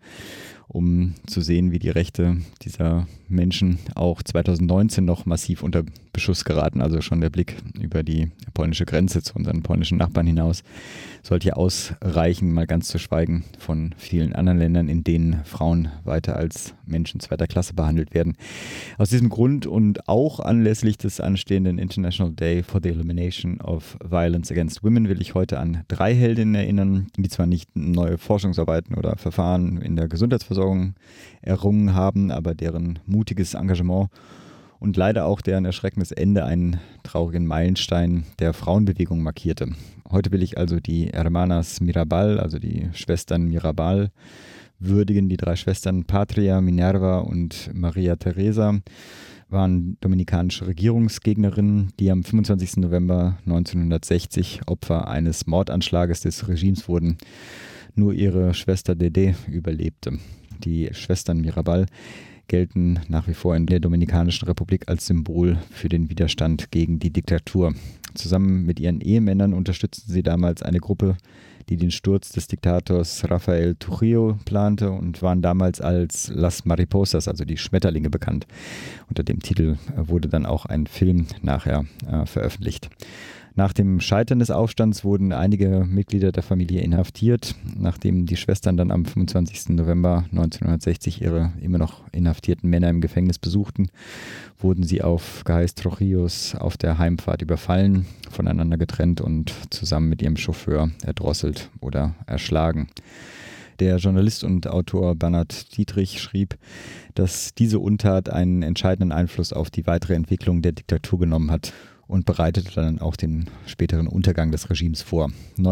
um zu sehen, wie die Rechte dieser Menschen auch 2019 noch massiv unter Beschuss geraten. Also schon der Blick über die polnische Grenze zu unseren polnischen Nachbarn hinaus sollte ja ausreichen, mal ganz zu schweigen von vielen anderen Ländern, in denen Frauen weiter als Menschen zweiter Klasse behandelt werden. Aus diesem Grund und auch anlässlich des anstehenden International Day for the Elimination of Violence Against Women will ich heute an 3 Heldinnen erinnern, die zwar nicht neue Forschungsarbeiten oder Verfahren in der Gesundheitsversorgung errungen haben, aber deren mutiges Engagement und leider auch deren erschreckendes Ende einen traurigen Meilenstein der Frauenbewegung markierte. Heute will ich also die Hermanas Mirabal, also die Schwestern Mirabal, würdigen. Die 3 Schwestern Patria, Minerva und Maria Teresa waren dominikanische Regierungsgegnerinnen, die am 25. November 1960 Opfer eines Mordanschlages des Regimes wurden. Nur ihre Schwester Dede überlebte. Die Schwestern Mirabal gelten nach wie vor in der Dominikanischen Republik als Symbol für den Widerstand gegen die Diktatur. Zusammen mit ihren Ehemännern unterstützten sie damals eine Gruppe, die den Sturz des Diktators Rafael Trujillo plante, und waren damals als Las Mariposas, also die Schmetterlinge, bekannt. Unter dem Titel wurde dann auch ein Film nachher veröffentlicht. Nach dem Scheitern des Aufstands wurden einige Mitglieder der Familie inhaftiert. Nachdem die Schwestern dann am 25. November 1960 ihre immer noch inhaftierten Männer im Gefängnis besuchten, wurden sie auf Geheiß Trujillos auf der Heimfahrt überfallen, voneinander getrennt und zusammen mit ihrem Chauffeur erdrosselt oder erschlagen. Der Journalist und Autor Bernhard Dietrich schrieb, dass diese Untat einen entscheidenden Einfluss auf die weitere Entwicklung der Diktatur genommen hat und bereitete dann auch den späteren Untergang des Regimes vor.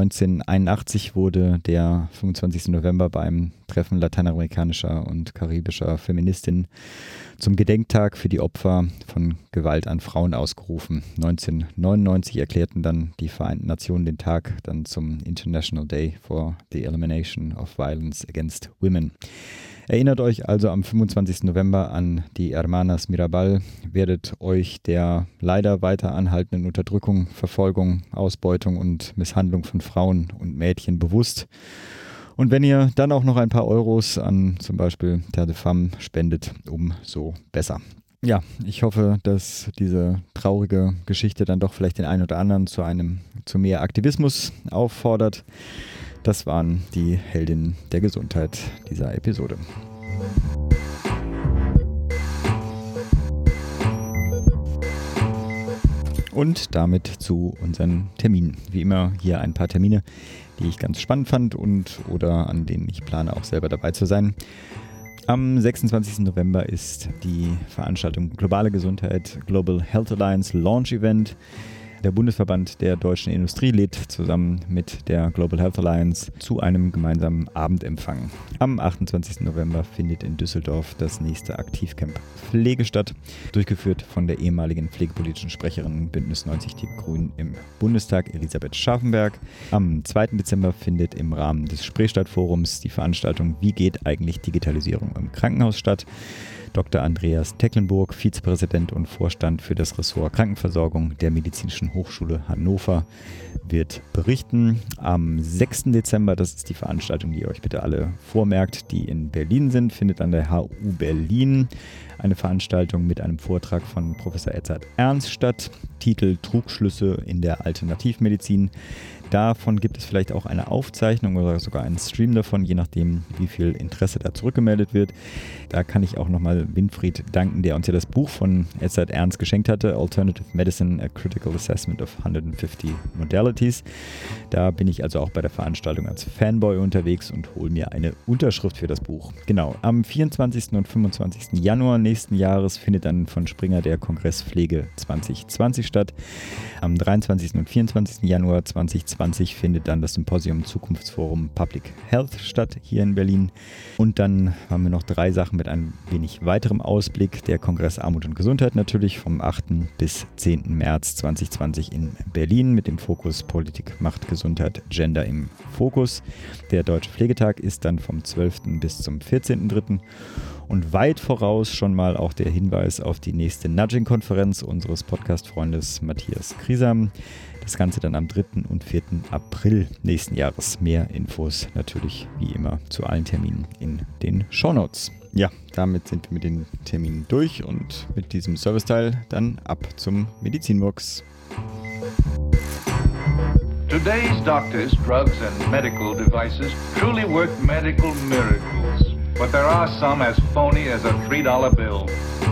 1981 wurde der 25. November bei einem Treffen lateinamerikanischer und karibischer Feministinnen zum Gedenktag für die Opfer von Gewalt an Frauen ausgerufen. 1999 erklärten dann die Vereinten Nationen den Tag dann zum International Day for the Elimination of Violence Against Women. Erinnert euch also am 25. November an die Hermanas Mirabal, werdet euch der leider weiter anhaltenden Unterdrückung, Verfolgung, Ausbeutung und Misshandlung von Frauen und Mädchen bewusst. Und wenn ihr dann auch noch ein paar Euros an zum Beispiel Terre de Femme spendet, umso besser. Ja, ich hoffe, dass diese traurige Geschichte dann doch vielleicht den einen oder anderen zu mehr Aktivismus auffordert. Das waren die Heldinnen der Gesundheit dieser Episode. Und damit zu unseren Terminen. Wie immer hier ein paar Termine, die ich ganz spannend fand oder an denen ich plane, auch selber dabei zu sein. Am 26. November ist die Veranstaltung Globale Gesundheit Global Health Alliance Launch Event. Der Bundesverband der deutschen Industrie lädt zusammen mit der Global Health Alliance zu einem gemeinsamen Abendempfang. Am 28. November findet in Düsseldorf das nächste Aktivcamp Pflege statt, durchgeführt von der ehemaligen pflegepolitischen Sprecherin Bündnis 90 Die Grünen im Bundestag, Elisabeth Scharfenberg. Am 2. Dezember findet im Rahmen des Spreestadt-Forums die Veranstaltung Wie geht eigentlich Digitalisierung im Krankenhaus statt. Dr. Andreas Tecklenburg, Vizepräsident und Vorstand für das Ressort Krankenversorgung der Medizinischen Hochschule Hannover, wird berichten. Am 6. Dezember, das ist die Veranstaltung, die ihr euch bitte alle vormerkt, die in Berlin sind, findet an der HU Berlin eine Veranstaltung mit einem Vortrag von Professor Edzard Ernst statt. Titel Trugschlüsse in der Alternativmedizin. Davon gibt es vielleicht auch eine Aufzeichnung oder sogar einen Stream davon, je nachdem, wie viel Interesse da zurückgemeldet wird. Da kann ich auch nochmal Winfried danken, der uns ja das Buch von Edzard Ernst geschenkt hatte, Alternative Medicine, a Critical Assessment of 150 Modalities. Da bin ich also auch bei der Veranstaltung als Fanboy unterwegs und hole mir eine Unterschrift für das Buch. Genau, am 24. und 25. Januar nächsten Jahres findet dann von Springer der Kongress Pflege 2020 statt. Am 23. und 24. Januar 2020 findet dann das Symposium Zukunftsforum Public Health statt, hier in Berlin. Und dann haben wir noch 3 Sachen mit ein wenig weiterem Ausblick. Der Kongress Armut und Gesundheit natürlich vom 8. bis 10. März 2020 in Berlin mit dem Fokus Politik, Macht, Gesundheit, Gender im Fokus. Der Deutsche Pflegetag ist dann vom 12. bis zum 14.3. Und weit voraus schon mal auch der Hinweis auf die nächste Nudging-Konferenz unseres Podcast-Freundes Matthias Kriesam. Das Ganze dann am 3. und 4. April nächsten Jahres. Mehr Infos natürlich wie immer zu allen Terminen in den Shownotes. Ja, damit sind wir mit den Terminen durch und mit diesem Serviceteil dann ab zum Medizinmurks. Today's doctors, drugs and medical devices truly work medical miracles. But there are some as phony as a $3 bill.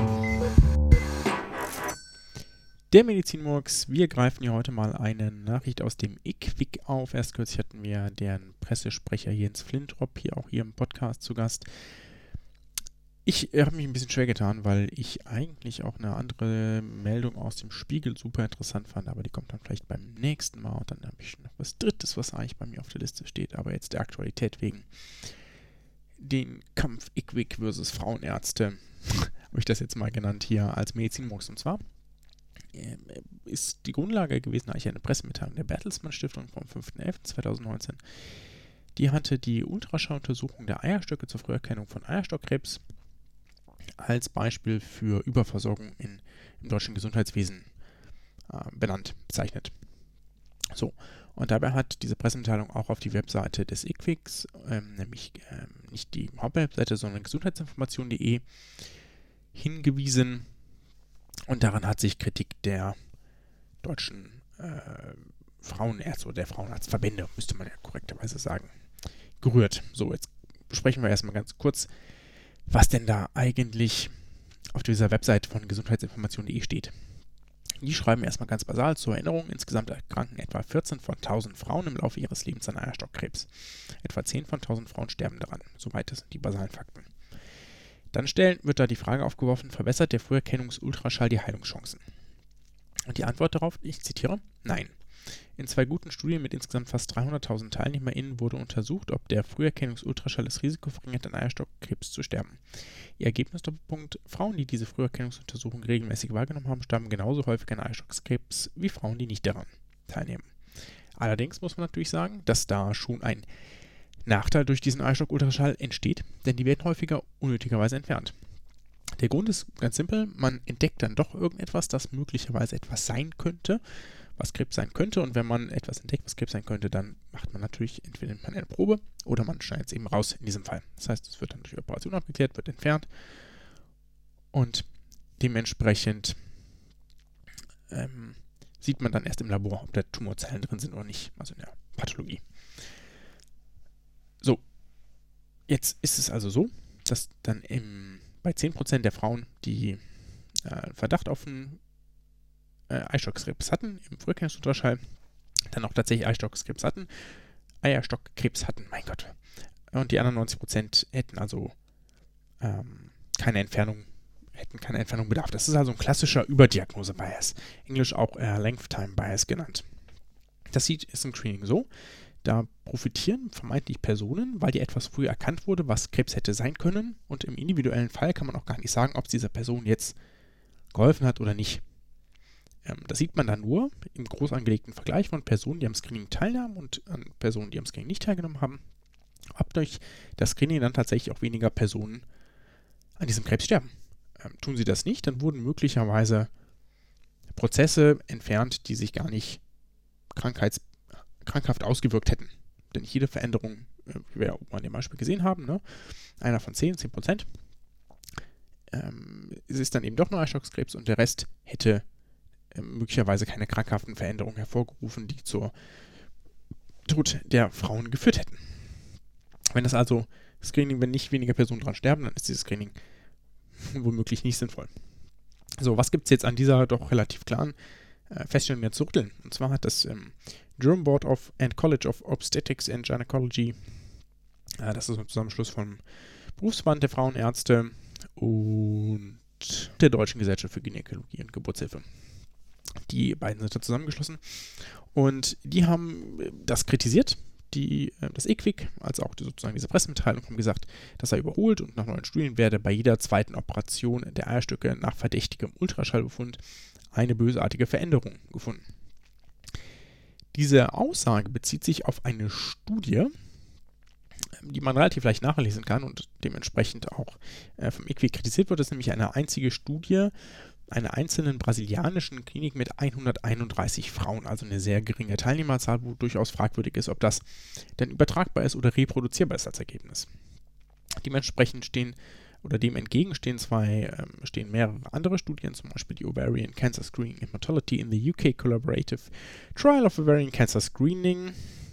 Der Medizinmurks, wir greifen hier heute mal eine Nachricht aus dem IQWIC auf. Erst kürzlich hatten wir deren Pressesprecher Jens Flintrop hier auch hier im Podcast zu Gast. Ich habe mich ein bisschen schwer getan, weil ich eigentlich auch eine andere Meldung aus dem Spiegel super interessant fand, aber die kommt dann vielleicht beim nächsten Mal. Und dann habe ich noch was Drittes, was eigentlich bei mir auf der Liste steht, aber jetzt der Aktualität wegen. Den Kampf IQWIC versus Frauenärzte, habe ich das jetzt mal genannt hier als Medizinmurks. Und zwar ist die Grundlage gewesen eigentlich eine Pressemitteilung der Bertelsmann Stiftung vom 5.11.2019. Die hatte die Ultraschalluntersuchung der Eierstöcke zur Früherkennung von Eierstockkrebs als Beispiel für Überversorgung im deutschen Gesundheitswesen bezeichnet. So, und dabei hat diese Pressemitteilung auch auf die Webseite des IQWICs, nämlich nicht die Hauptwebseite, sondern gesundheitsinformation.de hingewiesen. Und daran hat sich Kritik der deutschen Frauenärzte oder der Frauenarztverbände, müsste man ja korrekterweise sagen, gerührt. So, jetzt besprechen wir erstmal ganz kurz, was denn da eigentlich auf dieser Webseite von gesundheitsinformation.de steht. Die schreiben erstmal ganz basal zur Erinnerung, insgesamt erkranken etwa 14 von 1000 Frauen im Laufe ihres Lebens an Eierstockkrebs. Etwa 10 von 1000 Frauen sterben daran. Soweit das sind die basalen Fakten. Dann wird da die Frage aufgeworfen, verbessert der Früherkennungsultraschall die Heilungschancen? Und die Antwort darauf, ich zitiere, nein. In 2 guten Studien mit insgesamt fast 300.000 TeilnehmerInnen wurde untersucht, ob der Früherkennungsultraschall das Risiko verringert, an Eierstockkrebs zu sterben. Ihr Ergebnis: Doppelpunkt: Frauen, die diese Früherkennungsuntersuchung regelmäßig wahrgenommen haben, starben genauso häufig an Eierstockkrebs wie Frauen, die nicht daran teilnehmen. Allerdings muss man natürlich sagen, dass da schon ein Nachteil durch diesen Eierstock-Ultraschall entsteht, denn die werden häufiger unnötigerweise entfernt. Der Grund ist ganz simpel, man entdeckt dann doch irgendetwas, das möglicherweise etwas sein könnte, was Krebs sein könnte, und wenn man etwas entdeckt, was Krebs sein könnte, dann macht man natürlich, entweder nimmt man eine Probe oder man schneidet es eben raus in diesem Fall. Das heißt, es wird dann durch Operation abgeklärt, wird entfernt und dementsprechend sieht man dann erst im Labor, ob da Tumorzellen drin sind oder nicht, also in der Pathologie. So, jetzt ist es also so, dass dann bei 10% der Frauen, die Verdacht auf einen Eierstockkrebs hatten, im Früherkennungsultraschall, dann auch tatsächlich Eierstockkrebs hatten, mein Gott. Und die anderen 90% hätten also keine Entfernung bedarf. Das ist also ein klassischer Überdiagnose-Bias, englisch auch Length-Time-Bias genannt. Das ist im Screening so, da profitieren vermeintlich Personen, weil dir etwas früher erkannt wurde, was Krebs hätte sein können, und im individuellen Fall kann man auch gar nicht sagen, ob es dieser Person jetzt geholfen hat oder nicht. Das sieht man dann nur im groß angelegten Vergleich von Personen, die am Screening teilnahmen und an Personen, die am Screening nicht teilgenommen haben, ob durch das Screening dann tatsächlich auch weniger Personen an diesem Krebs sterben. Tun sie das nicht, dann wurden möglicherweise Prozesse entfernt, die sich gar nicht krankhaft ausgewirkt hätten. Denn jede Veränderung, wie wir oben an dem Beispiel gesehen haben, ne, einer von 10%, es ist dann eben doch nur Eierstockskrebs und der Rest hätte möglicherweise keine krankhaften Veränderungen hervorgerufen, die zur Tod der Frauen geführt hätten. Wenn das also Screening, wenn nicht weniger Personen dran sterben, dann ist dieses Screening womöglich nicht sinnvoll. So, was gibt es jetzt an dieser doch relativ klaren Feststellung jetzt zu rütteln? Und zwar hat das Durham Board and College of Obstetrics and Gynecology, das ist ein Zusammenschluss vom Berufsverband der Frauenärzte und der Deutschen Gesellschaft für Gynäkologie und Geburtshilfe. Die beiden sind da zusammengeschlossen und die haben das kritisiert, das EQUIC, als auch sozusagen diese Pressemitteilung, haben gesagt, das sei überholt und nach neuen Studien werde bei jeder zweiten Operation der Eierstöcke nach verdächtigem Ultraschallbefund eine bösartige Veränderung gefunden. Diese Aussage bezieht sich auf eine Studie, die man relativ leicht nachlesen kann und dementsprechend auch vom EQUIC kritisiert wird. Das ist nämlich eine einzige Studie einer einzelnen brasilianischen Klinik mit 131 Frauen, also eine sehr geringe Teilnehmerzahl, wo durchaus fragwürdig ist, ob das denn übertragbar ist oder reproduzierbar ist als Ergebnis. Dementsprechend dem entgegen stehen mehrere andere Studien, zum Beispiel die Ovarian Cancer Screening and Mortality in the UK Collaborative Trial of Ovarian Cancer Screening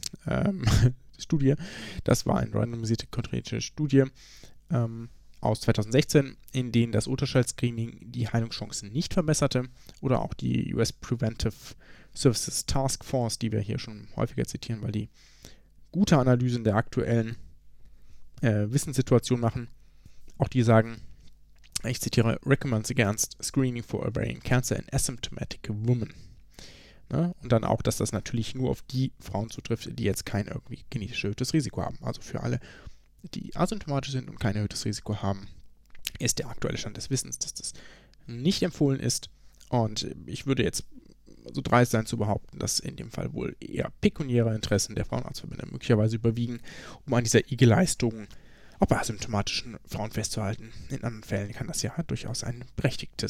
Studie. Das war eine randomisierte, kontrollierte Studie aus 2016, in denen das Ultraschall-Screening die Heilungschancen nicht verbesserte, oder auch die US Preventive Services Task Force, die wir hier schon häufiger zitieren, weil die gute Analysen der aktuellen Wissenssituation machen. Auch die sagen, ich zitiere, recommends against screening for ovarian cancer in asymptomatic women. Ne? Und dann auch, dass das natürlich nur auf die Frauen zutrifft, die jetzt kein irgendwie genetisch erhöhtes Risiko haben. Also für alle, die asymptomatisch sind und kein erhöhtes Risiko haben, ist der aktuelle Stand des Wissens, dass das nicht empfohlen ist. Und ich würde jetzt so dreist sein zu behaupten, dass in dem Fall wohl eher pekuniäre Interessen der Frauenarztverbände möglicherweise überwiegen, um an dieser IG-Leistung auch bei asymptomatischen Frauen festzuhalten. In anderen Fällen kann das ja durchaus eine berechtigte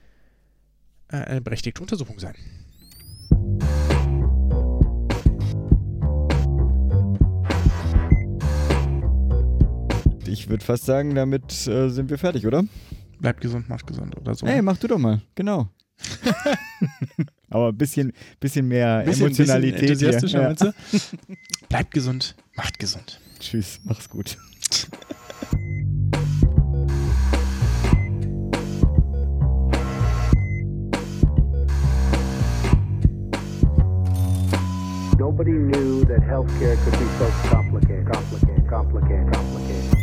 Untersuchung sein. Ich würde fast sagen, damit sind wir fertig, oder? Bleibt gesund, macht gesund oder so. Hey, mach du doch mal, genau. Aber ein bisschen mehr Emotionalität. Bisschen enthusiastischer, hier. Ja. Bleibt gesund, macht gesund. Tschüss, mach's gut. Nobody knew that healthcare could be so complicated.